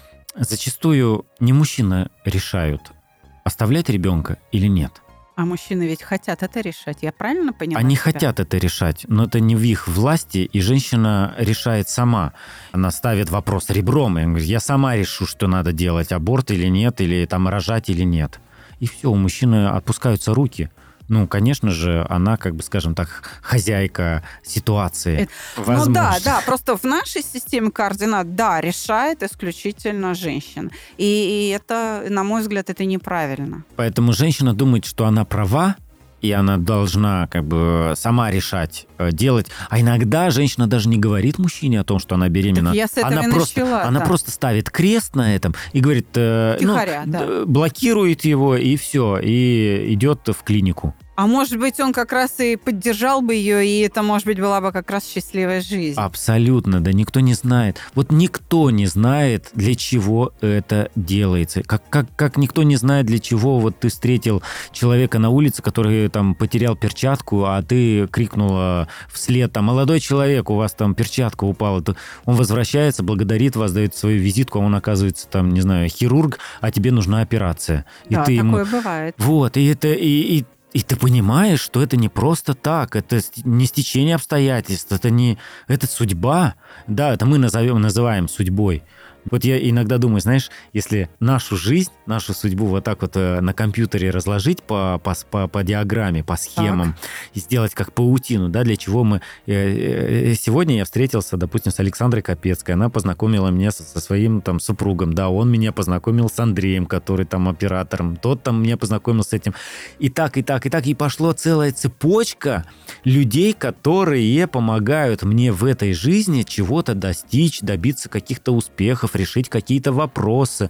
зачастую не мужчины решают, оставлять ребенка или нет. А мужчины ведь хотят это решать, я правильно понимаю? Они тебя? хотят это решать, но это не в их власти, и женщина решает сама. Она ставит вопрос ребром, и говорит, я сама решу, что надо делать, аборт или нет, или там рожать или нет. И все, у мужчины отпускаются руки. Ну, конечно же, она, как бы, скажем так, хозяйка ситуации. Это, ну да, да, просто в нашей системе координат, да, решает исключительно женщина. И, и это, на мой взгляд, это неправильно. Поэтому женщина думает, что она права, и она должна как бы сама решать, делать. А иногда женщина даже не говорит мужчине о том, что она беременна. Так я с этого она и просто, начала, она да. просто ставит крест на этом и говорит, э, Тихоря, ну, да. блокирует его, и все, и идет в клинику. А может быть, он как раз и поддержал бы ее, и это, может быть, была бы как раз счастливая жизнь. Абсолютно, да никто не знает. Вот никто не знает, для чего это делается. Как, как, как никто не знает, для чего вот ты встретил человека на улице, который там потерял перчатку, а ты крикнула вслед, там, молодой человек, у вас там перчатка упала. Он возвращается, благодарит вас, дает свою визитку, а он, оказывается, там, не знаю, хирург, а тебе нужна операция. И да, ты такое ему... бывает. Вот, и это... И, и И ты понимаешь, что это не просто так, это не стечение обстоятельств, это не это судьба. Да, это мы назовем, называем судьбой. Вот я иногда думаю, знаешь, если нашу жизнь, нашу судьбу вот так вот на компьютере разложить по, по, по, по диаграмме, по схемам, так. И сделать как паутину, да, для чего мы... Сегодня я встретился, допустим, с Александрой Капецкой, она познакомила меня со, со своим там супругом, да, он меня познакомил с Андреем, который там оператором, тот там меня познакомил с этим. И так, и так, и так, и пошло целая цепочка людей, которые помогают мне в этой жизни чего-то достичь, добиться каких-то успехов, решить какие-то вопросы.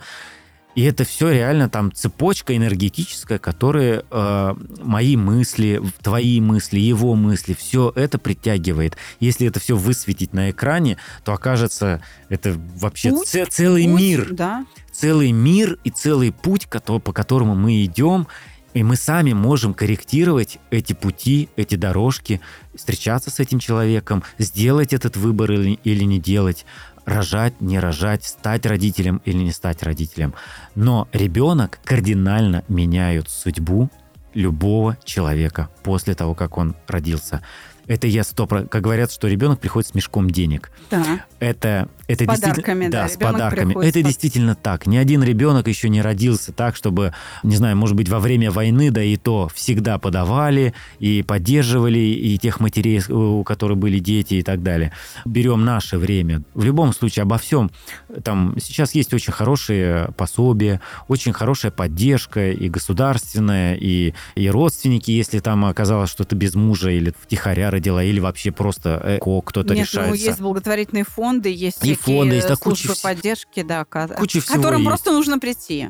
И это все реально там цепочка энергетическая, которая э, мои мысли, твои мысли, его мысли, все это притягивает. Если это все высветить на экране, то окажется, это вообще путь, ц- целый путь, мир. Да. Целый мир и целый путь, по которому мы идем. И мы сами можем корректировать эти пути, эти дорожки, встречаться с этим человеком, сделать этот выбор или, или не делать, рожать, не рожать, стать родителем или не стать родителем. Но ребенок кардинально меняет судьбу любого человека после того, как он родился. Это я стоп, как говорят, что ребенок приходит с мешком денег. Да. Это, это с подарками, да, да, с подарками. Это с... действительно так. Ни один ребенок еще не родился так, чтобы, не знаю, может быть, во время войны, да и то всегда подавали и поддерживали и тех матерей, у которых были дети и так далее. Берем наше время. В любом случае обо всем. Там сейчас есть очень хорошие пособия, очень хорошая поддержка и государственная, и, и родственники, если там оказалось, что ты без мужа или втихаря родила, или вообще просто эко, кто-то Нет, решается. Ну, есть благотворительные фонды, есть и фонды, есть, да, службы куча поддержки, да, к куча всего которым есть. просто нужно прийти.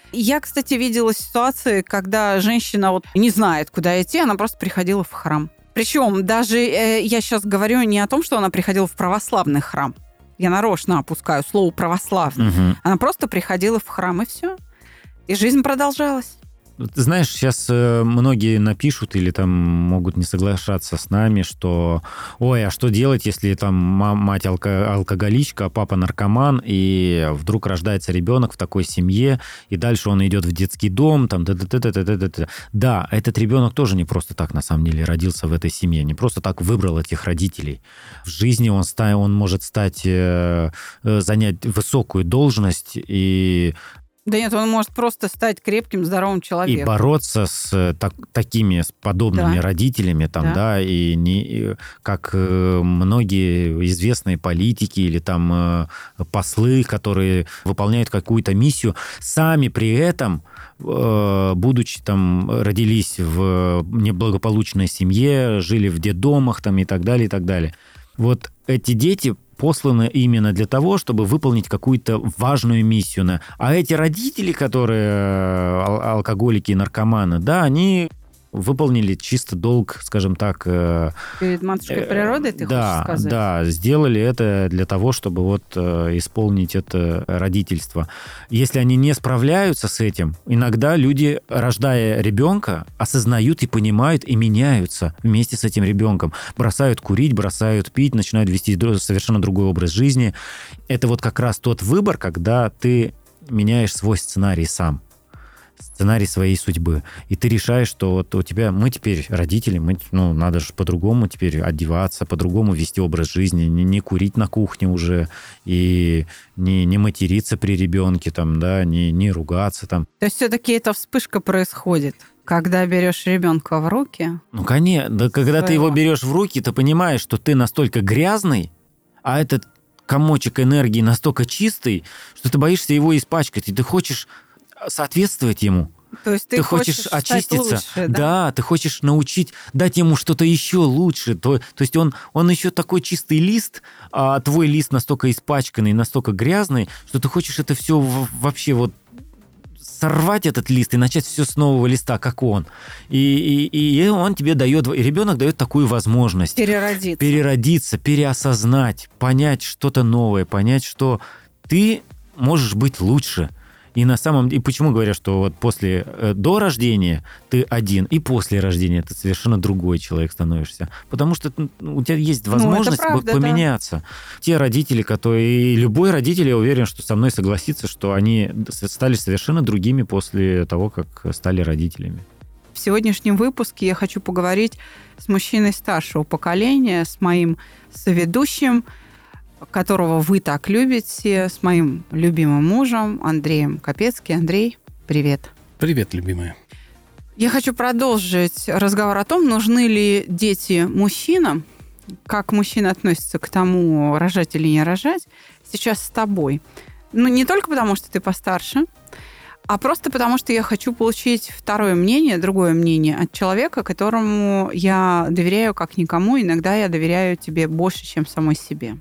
Я, кстати, видела ситуации, когда женщина вот не знает, куда идти, она просто приходила в храм. Причем даже э, я сейчас говорю не о том, что она приходила в православный храм. Я нарочно опускаю слово «православный». Угу. Она просто приходила в храм, и все. И жизнь продолжалась. Ты знаешь, сейчас многие напишут или там могут не соглашаться с нами, что ой, а что делать, если там мать алко- алкоголичка, а папа наркоман, и вдруг рождается ребенок в такой семье, и дальше он идет в детский дом, там, да-да-да-да-да-да. Да, этот ребенок тоже не просто так, на самом деле, родился в этой семье, не просто так выбрал этих родителей. В жизни он, ста- он может стать, э, занять высокую должность и... Да нет, он может просто стать крепким, здоровым человеком. И бороться с так, такими, с подобными да. родителями, там, да. да, и не и, как э, многие известные политики или там э, послы, которые выполняют какую-то миссию, сами при этом, э, будучи там, родились в неблагополучной семье, жили в детдомах там, и так далее, и так далее. Вот эти дети посланы именно для того, чтобы выполнить какую-то важную миссию. А эти родители, которые алкоголики и наркоманы, да, они выполнили чисто долг, скажем так... Перед матушкой природой, ты да, хочешь сказать? Да, сделали это для того, чтобы вот исполнить это родительство. Если они не справляются с этим, иногда люди, рождая ребенка, осознают и понимают, и меняются вместе с этим ребенком. Бросают курить, бросают пить, начинают вести совершенно другой образ жизни. Это вот как раз тот выбор, когда ты меняешь свой сценарий сам. Сценарий своей судьбы. И ты решаешь, что вот у тебя, мы теперь родители, мы, ну, надо же по-другому теперь одеваться, по-другому вести образ жизни, не, не курить на кухне уже, и не, не материться при ребенке, там, да, не, не ругаться. Там. То есть все-таки эта вспышка происходит, когда берешь ребенка в руки? Ну, конечно. Да, когда своего. Ты его берешь в руки, ты понимаешь, что ты настолько грязный, а этот комочек энергии настолько чистый, что ты боишься его испачкать, и ты хочешь соответствовать ему. То есть ты, ты хочешь, хочешь очиститься, лучше, да? да, ты хочешь научить, дать ему что-то еще лучше. То, то есть он, он еще такой чистый лист, а твой лист настолько испачканный, настолько грязный, что ты хочешь это все вообще вот сорвать этот лист и начать все с нового листа, как он. И, и, и он тебе дает, и ребенок дает такую возможность. Переродиться. Переродиться, переосознать, понять что-то новое, понять, что ты можешь быть лучше. И на самом деле, почему говорят, что вот после, до рождения ты один, и после рождения ты совершенно другой человек становишься. Потому что у тебя есть возможность ну, правда, поменяться. Да. Те родители, которые... И любой родитель, я уверен, что со мной согласится, что они стали совершенно другими после того, как стали родителями. В сегодняшнем выпуске я хочу поговорить с мужчиной старшего поколения, с моим соведущим, которого вы так любите, с моим любимым мужем Андреем Капецки. Андрей, привет. Привет, любимая. Я хочу продолжить разговор о том, нужны ли дети мужчинам, как мужчина относится к тому, рожать или не рожать, сейчас с тобой. Ну, не только потому, что ты постарше, а просто потому, что я хочу получить второе мнение, другое мнение от человека, которому я доверяю как никому. Иногда я доверяю тебе больше, чем самой себе.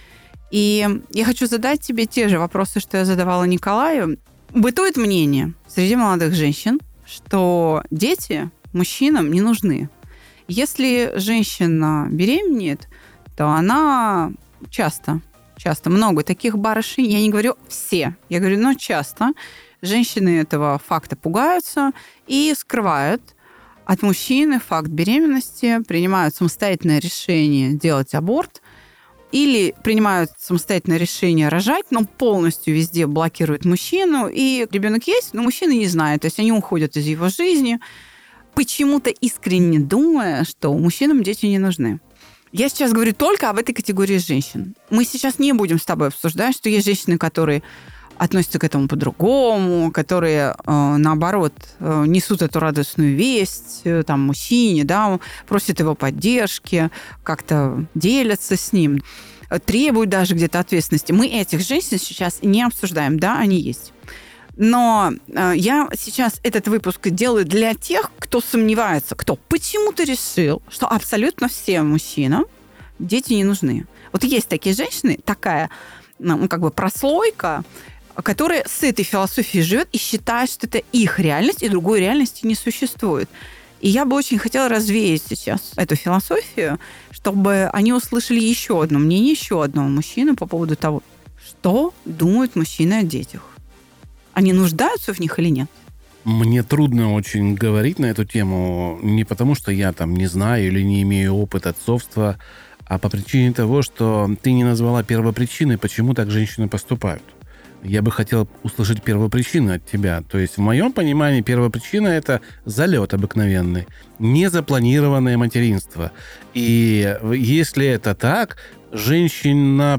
И я хочу задать тебе те же вопросы, что я задавала Николаю. Бытует мнение среди молодых женщин, что дети мужчинам не нужны. Если женщина беременеет, то она часто, часто, много таких барышень, я не говорю все, я говорю, но часто женщины этого факта пугаются и скрывают от мужчины факт беременности, принимают самостоятельное решение делать аборт, или принимают самостоятельное решение рожать, но полностью везде блокируют мужчину, и ребенок есть, но мужчина не знает. То есть они уходят из его жизни, почему-то искренне думая, что мужчинам дети не нужны. Я сейчас говорю только об этой категории женщин. Мы сейчас не будем с тобой обсуждать, что есть женщины, которые относятся к этому по-другому, которые, э, наоборот, э, несут эту радостную весть э, там, мужчине, да, просят его поддержки, как-то делятся с ним, требуют даже где-то ответственности. Мы этих женщин сейчас не обсуждаем, да, они есть. Но э, я сейчас этот выпуск делаю для тех, кто сомневается, кто почему-то решил, что абсолютно всем мужчинам дети не нужны. Вот есть такие женщины, такая, ну, как бы прослойка, которая с этой философией живет и считает, что это их реальность, и другой реальности не существует. И я бы очень хотела развеять сейчас эту философию, чтобы они услышали еще одно мнение, еще одного мужчины по поводу того, что думают мужчины о детях. Они нуждаются в них или нет? Мне трудно очень говорить на эту тему не потому, что я там не знаю или не имею опыта отцовства, а по причине того, что ты не назвала первопричиной, почему так женщины поступают. Я бы хотел услышать первопричину от тебя. То есть в моем понимании первопричина – это залет обыкновенный, незапланированное материнство. И если это так, женщина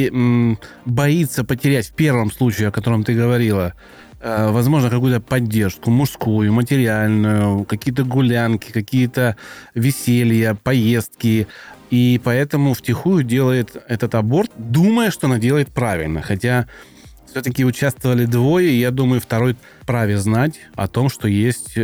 боится потерять в первом случае, о котором ты говорила, возможно, какую-то поддержку мужскую, материальную, какие-то гулянки, какие-то веселья, поездки. И поэтому втихую делает этот аборт, думая, что она делает правильно. Хотя все-таки участвовали двое, и я думаю, второй вправе знать о том, что есть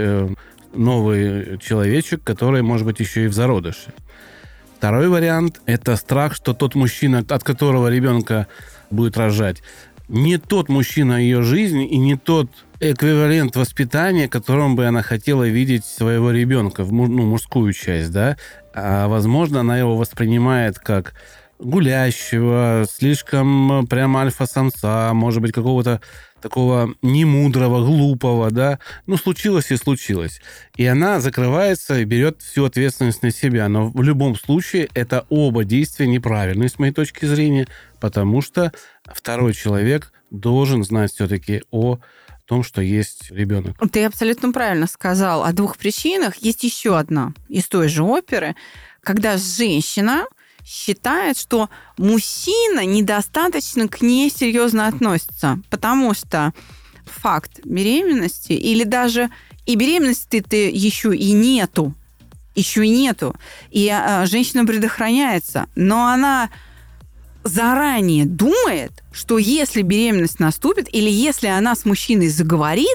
новый человечек, который, может быть, еще и в зародыше. Второй вариант – это страх, что тот мужчина, от которого ребенка будет рожать, не тот мужчина ее жизни и не тот эквивалент воспитания, которым бы она хотела видеть своего ребенка, ну, мужскую часть, да, а, возможно, она его воспринимает как гулящего, слишком прямо альфа-самца, может быть, какого-то такого немудрого, глупого, да, ну, случилось и случилось. И она закрывается и берет всю ответственность на себя. Но в любом случае это оба действия неправильные, с моей точки зрения, потому что второй человек должен знать все-таки о том, что есть ребенок. Ты абсолютно правильно сказал. О двух причинах. Есть еще одна из той же оперы, когда женщина считает, что мужчина недостаточно к ней серьезно относится, потому что факт беременности или даже и беременности-то еще и нету, еще и нету, и а, женщина предохраняется, но она заранее думает, что если беременность наступит или если она с мужчиной заговорит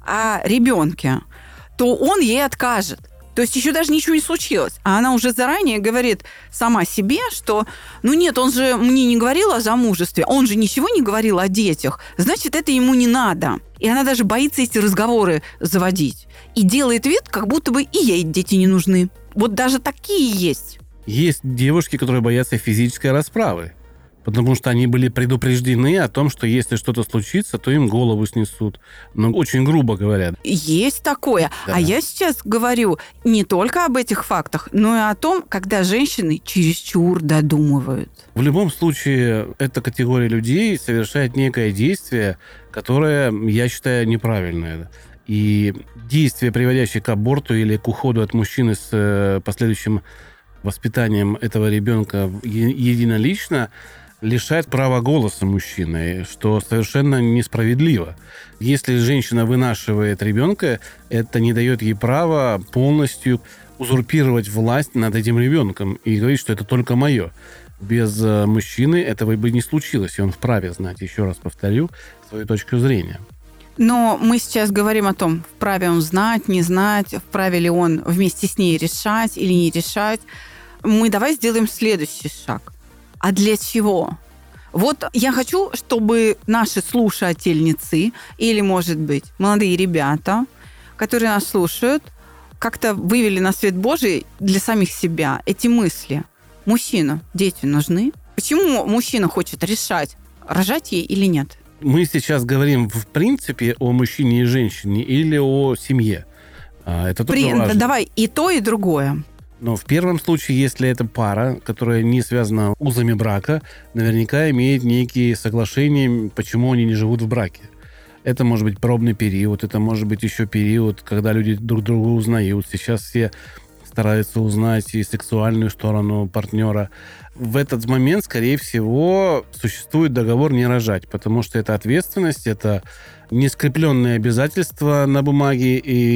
о ребенке, то он ей откажет. То есть еще даже ничего не случилось. А она уже заранее говорит сама себе, что ну нет, он же мне не говорил о замужестве, он же ничего не говорил о детях, значит, это ему не надо. И она даже боится эти разговоры заводить. И делает вид, как будто бы и ей дети не нужны. Вот даже такие есть. Есть девушки, которые боятся физической расправы. Потому что они были предупреждены о том, что если что-то случится, то им голову снесут. Ну, очень грубо говорят. Есть такое. Да. А я сейчас говорю не только об этих фактах, но и о том, когда женщины чересчур додумывают. В любом случае, эта категория людей совершает некое действие, которое, я считаю, неправильное. И действие, приводящее к аборту или к уходу от мужчины с последующим воспитанием этого ребенка единолично, лишает права голоса мужчины, что совершенно несправедливо. Если женщина вынашивает ребенка, это не дает ей права полностью узурпировать власть над этим ребенком и говорить, что это только мое. Без мужчины этого бы не случилось, и он вправе знать, еще раз повторю, свою точку зрения. Но мы сейчас говорим о том, вправе он знать, не знать, вправе ли он вместе с ней решать или не решать. Мы давай сделаем следующий шаг. А для чего? Вот я хочу, чтобы наши слушательницы или, может быть, молодые ребята, которые нас слушают, как-то вывели на свет Божий для самих себя эти мысли. Мужчина, дети нужны? Почему мужчина хочет решать, рожать ей или нет? Мы сейчас говорим, в принципе, о мужчине и женщине или о семье. Это тоже При... важно. Давай и то, и другое. Но в первом случае, если это пара, которая не связана узами брака, наверняка имеет некие соглашения, почему они не живут в браке. Это может быть пробный период, это может быть еще период, когда люди друг друга узнают. Сейчас все стараются узнать и сексуальную сторону партнера. В этот момент, скорее всего, существует договор не рожать, потому что это ответственность, это нескрепленные обязательства на бумаге,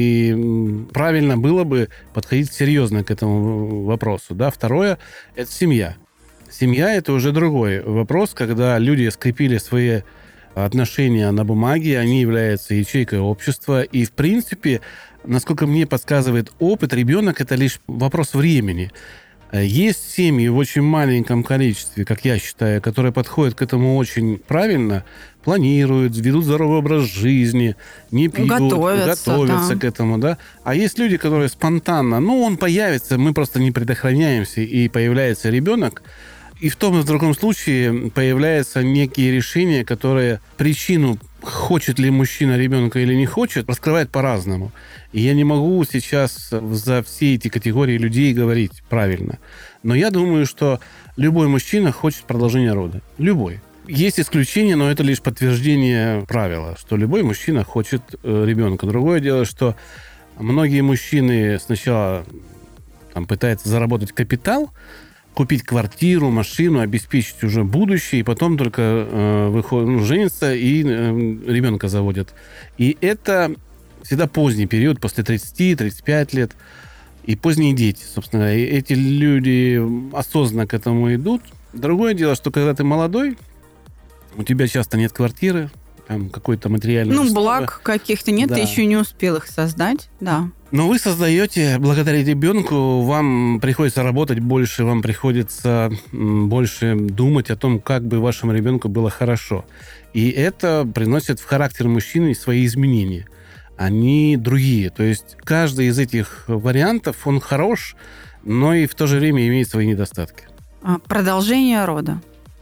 и правильно было бы подходить серьезно к этому вопросу. Да? Второе – это семья. Семья – это уже другой вопрос, когда люди скрепили свои отношения на бумаге, они являются ячейкой общества, и, в принципе, насколько мне подсказывает опыт, ребенок – это лишь вопрос времени. Есть семьи в очень маленьком количестве, как я считаю, которые подходят к этому очень правильно, планируют, ведут здоровый образ жизни, не пьют, готовятся, готовятся да. к этому, да. А есть люди, которые спонтанно, ну, он появится, мы просто не предохраняемся, и появляется ребенок, и в том и в другом случае появляются некие решения, которые причину, хочет ли мужчина ребенка или не хочет, раскрывает по-разному. И я не могу сейчас за все эти категории людей говорить правильно. Но я думаю, что любой мужчина хочет продолжения рода. Любой. Есть исключения, но это лишь подтверждение правила, что любой мужчина хочет ребенка. Другое дело, что многие мужчины сначала там, пытаются заработать капитал, купить квартиру, машину, обеспечить уже будущее, и потом только э, выходят, ну, женятся и э, ребенка заводят. И это всегда поздний период, после тридцати-тридцати пяти лет. И поздние дети, собственно говоря. И эти люди осознанно к этому идут. Другое дело, что когда ты молодой, у тебя часто нет квартиры, там какой-то материальный... Ну, благ каких-то нет, Да. ты еще не успел их создать, да. Но вы создаете, благодаря ребенку, вам приходится работать больше, вам приходится больше думать о том, как бы вашему ребенку было хорошо. И это приносит в характер мужчины свои изменения. Они другие. То есть каждый из этих вариантов, он хорош, но и в то же время имеет свои недостатки. Продолжение рода.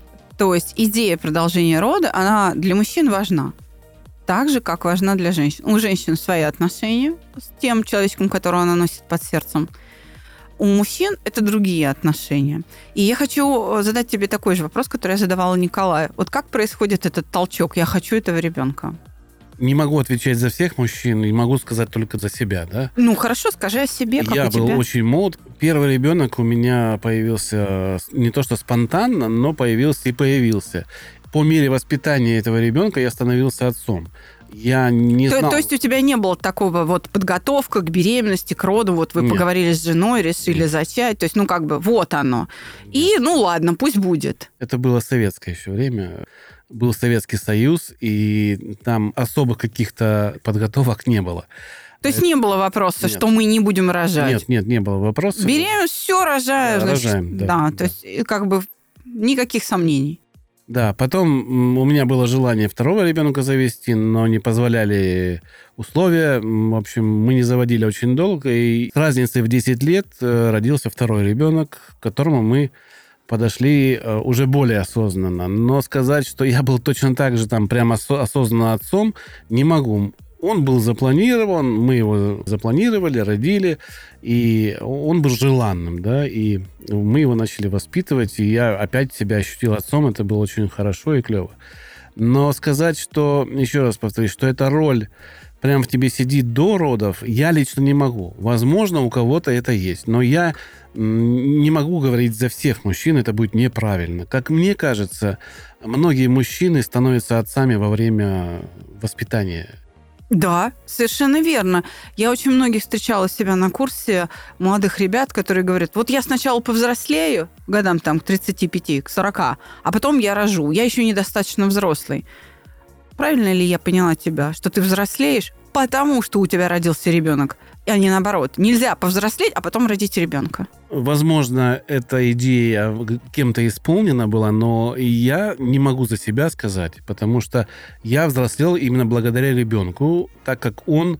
То есть идея продолжения рода, она для мужчин важна. Так же, как важна для женщин. У женщин свои отношения с тем человечком, которого она носит под сердцем. У мужчин это другие отношения. И я хочу задать тебе такой же вопрос, который я задавала Николаю. Вот как происходит этот толчок? Я хочу этого ребенка. Не могу отвечать за всех мужчин, не могу сказать только за себя, да? Ну, хорошо, скажи о себе, как Я у тебя. был очень молод. Первый ребенок у меня появился не то что спонтанно, но появился и появился. По мере воспитания этого ребенка я становился отцом. Я не то, знал... то есть у тебя не было такого вот подготовка к беременности, к роду, вот вы Нет. поговорили с женой, решили Нет. зачать, то есть, ну, как бы, вот оно. И, ну, ладно, пусть будет. Это было советское еще время. Был Советский Союз, и там особых каких-то подготовок не было. То есть не было вопроса, Нет. что мы не будем рожать. Нет, нет, не было вопроса. Беременность, все рожаю. Да, значит, рожаем, да, да, да. то есть и как бы никаких сомнений. Да, потом м, у меня было желание второго ребенка завести, но не позволяли условия. М, В общем, мы не заводили очень долго, и с разницей в десять лет э, родился второй ребенок, к которому мы подошли э, уже более осознанно. Но сказать, что я был точно так же там прям осо- осознанно отцом, не могу. Он был запланирован, мы его запланировали, родили, и он был желанным, да, и мы его начали воспитывать, и я опять себя ощутил отцом, это было очень хорошо и клево. Но сказать, что, еще раз повторюсь, что эта роль прям в тебе сидит до родов, я лично не могу. Возможно, у кого-то это есть, но я не могу говорить за всех мужчин, это будет неправильно. Как мне кажется, многие мужчины становятся отцами во время воспитания. Да, совершенно верно. Я очень многих встречала себя на курсе молодых ребят, которые говорят, вот я сначала повзрослею, годам там к тридцати пяти, к сорока, а потом я рожу, я еще недостаточно взрослый. Правильно ли я поняла тебя, что ты взрослеешь, потому что у тебя родился ребенок, а не наоборот? Нельзя повзрослеть, а потом родить ребенка. Возможно, эта идея кем-то исполнена была, но я не могу за себя сказать, потому что я взрослел именно благодаря ребенку, так как он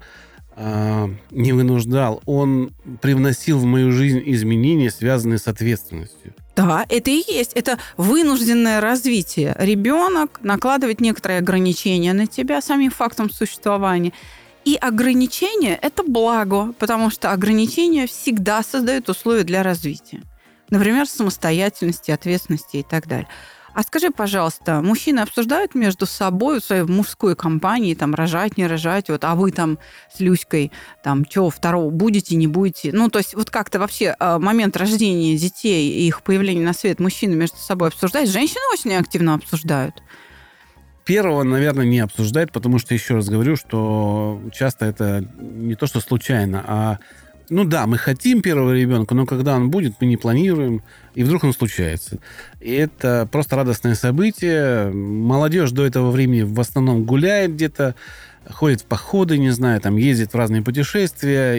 э, не вынуждал, он привносил в мою жизнь изменения, связанные с ответственностью. Да, это и есть. Это вынужденное развитие. Ребенок накладывает некоторые ограничения на тебя самим фактом существования. И ограничения – это благо, потому что ограничения всегда создают условия для развития. Например, самостоятельности, ответственности и так далее. А скажи, пожалуйста, мужчины обсуждают между собой в своей мужской компании, там, рожать, не рожать, вот, а вы там с Люськой, там, что, второго будете, не будете? Ну, то есть вот как-то вообще момент рождения детей и их появления на свет мужчины между собой обсуждают? Женщины очень активно обсуждают. Первого, наверное, не обсуждают, потому что, еще раз говорю, что часто это не то, что случайно, а ну да, мы хотим первого ребенка, но когда он будет, мы не планируем, и вдруг он случается. И это просто радостное событие. Молодежь до этого времени в основном гуляет где-то, ходит в походы, не знаю, там ездит в разные путешествия.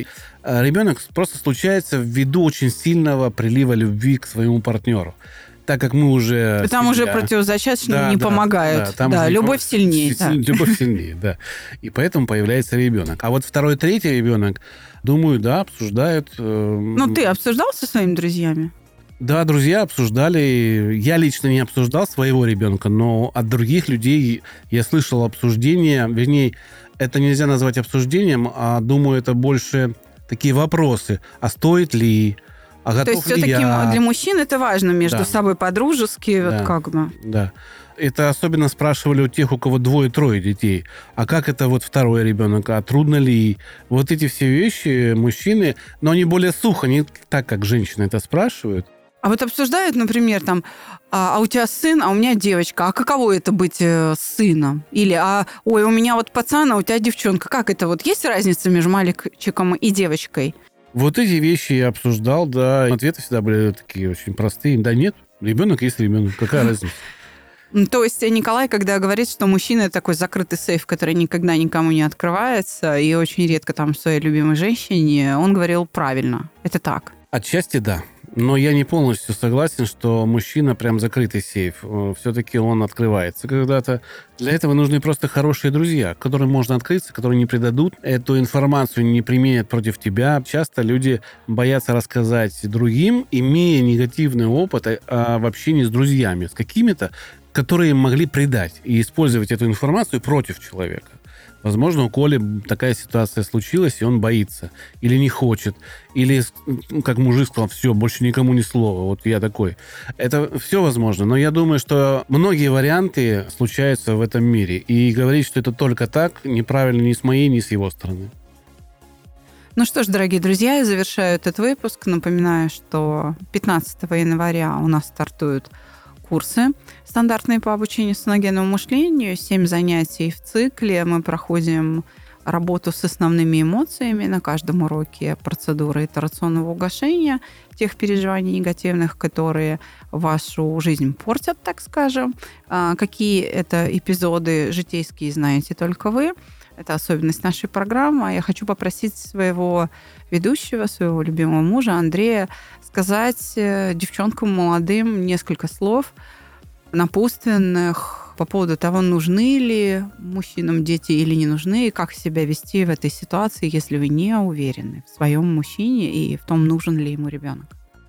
Ребенок просто случается ввиду очень сильного прилива любви к своему партнеру. Так как мы уже... Там уже семья, противозачаточные да, не да, помогают. Да, там да, уже любовь не... сильнее. Да. Любовь сильнее, да. И поэтому появляется ребенок. А вот второй, третий ребенок, думаю, да, обсуждают... Э... Ну, ты обсуждал со своими друзьями? Да, друзья обсуждали. Я лично не обсуждал своего ребенка, но от других людей я слышал обсуждения. Вернее, это нельзя назвать обсуждением, а думаю, это больше такие вопросы. А стоит ли... А готов То есть ли все-таки я? Для мужчин это важно между Да. собой по-дружески, Да. вот как бы. Да. Это особенно спрашивали у тех, у кого двое-трое детей. А как это вот второй ребенок? А трудно ли? Вот эти все вещи мужчины, но они более сухо, не так, как женщины это спрашивают. А вот обсуждают, например, там, а, а у тебя сын, а у меня девочка. А каково это быть э, сыном? Или, а, ой, у меня вот пацан, а у тебя девчонка. Как это? Вот есть разница между мальчиком и девочкой? Вот эти вещи я обсуждал, да. Ответы всегда были такие очень простые. Да нет, ребенок есть ребенок. Какая разница? То есть Николай, когда говорит, что мужчина – это такой закрытый сейф, который никогда никому не открывается, и очень редко там своей любимой женщине, он говорил правильно. Это так. Отчасти да. Но я не полностью согласен, что мужчина прям закрытый сейф. Все-таки он открывается когда-то. Для этого нужны просто хорошие друзья, к которым можно открыться, которые не предадут эту информацию, не применят против тебя. Часто люди боятся рассказать другим, имея негативный опыт в общении с друзьями, с какими-то, которые могли предать и использовать эту информацию против человека. Возможно, у Коли такая ситуация случилась, и он боится. Или не хочет. Или, как мужик сказал, все, больше никому ни слова. Вот я такой. Это все возможно. Но я думаю, что многие варианты случаются в этом мире. И говорить, что это только так, неправильно ни с моей, ни с его стороны. Ну что ж, дорогие друзья, я завершаю этот выпуск. Напоминаю, что пятнадцатого января у нас стартуют курсы стандартные по обучению саногенному мышлению. Семь занятий в цикле. Мы проходим работу с основными эмоциями на каждом уроке, процедуры итерационного угошения тех переживаний негативных, которые вашу жизнь портят, так скажем. Какие это эпизоды житейские, знаете только вы. Это особенность нашей программы. Я хочу попросить своего ведущего, своего любимого мужа Андрея сказать девчонкам молодым несколько слов напутственных по поводу того, нужны ли мужчинам дети или не нужны, и как себя вести в этой ситуации, если вы не уверены в своем мужчине и в том, нужен ли ему ребенок.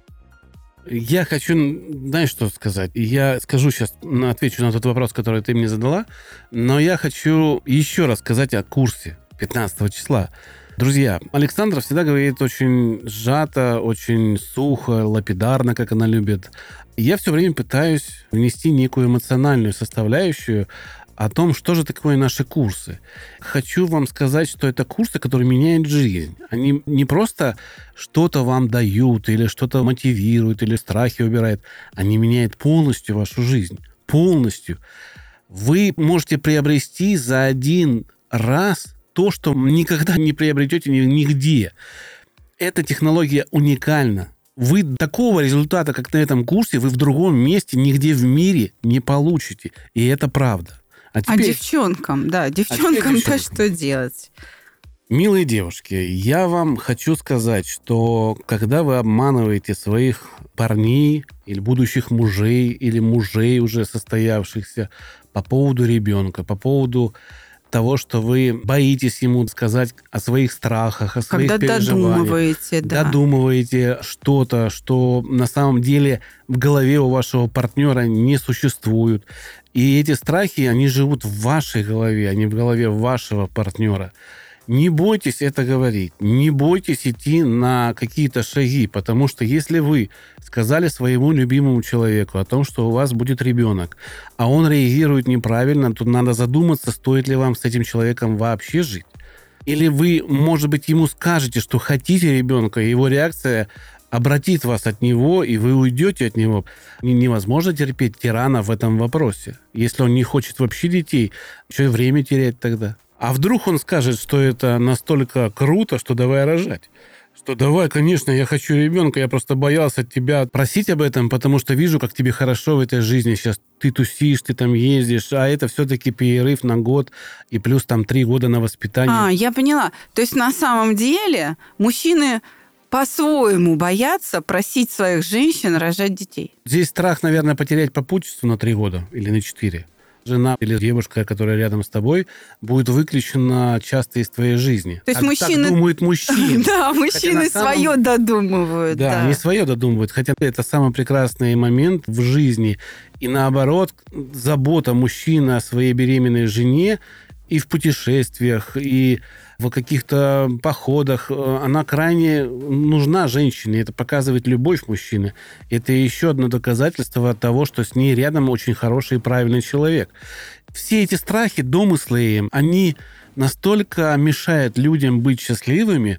Я хочу, знаешь, что сказать? Я скажу сейчас, отвечу на тот вопрос, который ты мне задала, но я хочу еще раз сказать о курсе пятнадцатого числа. Друзья, Александра всегда говорит очень сжато, очень сухо, лапидарно, как она любит. Я все время пытаюсь внести некую эмоциональную составляющую о том, что же такое наши курсы. Хочу вам сказать, что это курсы, которые меняют жизнь. Они не просто что-то вам дают, или что-то мотивируют, или страхи убирают. Они меняют полностью вашу жизнь. Полностью. Вы можете приобрести за один раз то, что никогда не приобретете нигде. Эта технология уникальна. Вы такого результата, как на этом курсе, вы в другом месте, нигде в мире не получите. И это правда. А, теперь... а девчонкам, да, девчонкам-то что делать? Милые девушки, я вам хочу сказать, что когда вы обманываете своих парней или будущих мужей, или мужей уже состоявшихся по поводу ребенка, по поводу того, что вы боитесь ему сказать о своих страхах, о своих Когда переживаниях. додумываете, да. Додумываете что-то, что на самом деле в голове у вашего партнера не существует. И эти страхи, они живут в вашей голове, а не в голове вашего партнера. Не бойтесь это говорить, не бойтесь идти на какие-то шаги, потому что если вы сказали своему любимому человеку о том, что у вас будет ребенок, а он реагирует неправильно, то надо задуматься, стоит ли вам с этим человеком вообще жить. Или вы, может быть, ему скажете, что хотите ребенка, и его реакция обратит вас от него, и вы уйдете от него. Невозможно терпеть тирана в этом вопросе. Если он не хочет вообще детей, что время терять тогда? А вдруг он скажет, что это настолько круто, что давай рожать? Что давай, конечно, я хочу ребенка, я просто боялся тебя просить об этом, потому что вижу, как тебе хорошо в этой жизни сейчас. Ты тусишь, ты там ездишь, а это все-таки перерыв на год и плюс там три года на воспитание. А, я поняла. То есть на самом деле мужчины по-своему боятся просить своих женщин рожать детей. Здесь страх, наверное, потерять попутчицу на три года или на четыре. Жена или девушка, которая рядом с тобой, будет выключена часто из твоей жизни. То есть так, мужчины... так думают мужчины. Да, мужчины свое додумывают. Да, они свое додумывают. Хотя это самый прекрасный момент в жизни. И наоборот, забота мужчины о своей беременной жене и в путешествиях, и в каких-то походах, она крайне нужна женщине. Это показывает любовь мужчины. Это еще одно доказательство того, что с ней рядом очень хороший и правильный человек. Все эти страхи, домыслы, они настолько мешают людям быть счастливыми,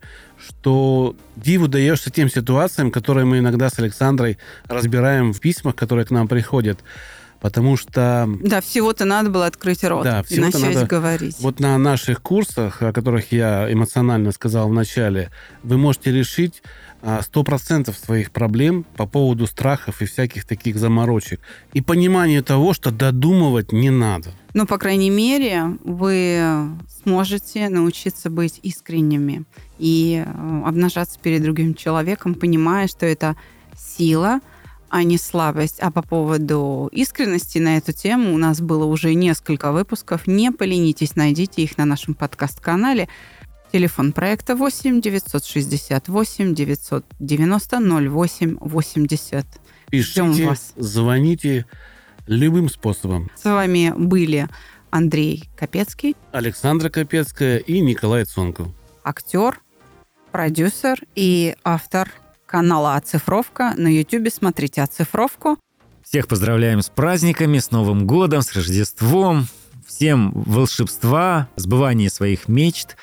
что диву даешься тем ситуациям, которые мы иногда с Александрой разбираем в письмах, которые к нам приходят. Потому что... Да, всего-то надо было открыть рот да, и начать надо... говорить. Вот на наших курсах, о которых я эмоционально сказал в начале, вы можете решить сто процентов своих проблем по поводу страхов и всяких таких заморочек. И понимание того, что додумывать не надо. Ну, по крайней мере, вы сможете научиться быть искренними и обнажаться перед другим человеком, понимая, что это сила, а не слабость. А по поводу искренности на эту тему у нас было уже несколько выпусков. Не поленитесь, найдите их на нашем подкаст-канале. Телефон проекта восемь девятьсот шестьдесят восемь девятьсот девяносто ноль восемь восемьдесят. Пишите, звоните любым способом. С вами были Андрей Капецкий, Александра Капецкая и Николай Цонков. Актер, продюсер и автор канала «Оцифровка». На Ютубе смотрите «Оцифровку». Всех поздравляем с праздниками, с Новым годом, с Рождеством. Всем волшебства, сбывания своих мечт.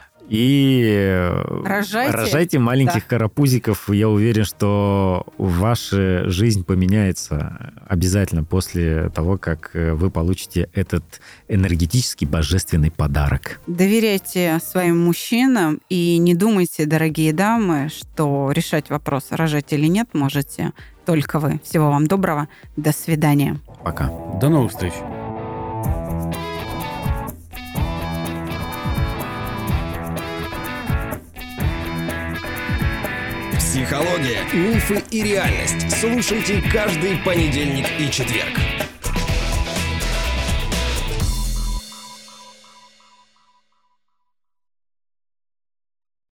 И рожайте, рожайте маленьких да. карапузиков. Я уверен, что ваша жизнь поменяется обязательно после того, как вы получите этот энергетический божественный подарок. Доверяйте своим мужчинам и не думайте, дорогие дамы, что решать вопрос, рожать или нет, можете только вы. Всего вам доброго. До свидания. Пока. До новых встреч. Психология, мифы и реальность. Слушайте каждый понедельник и четверг.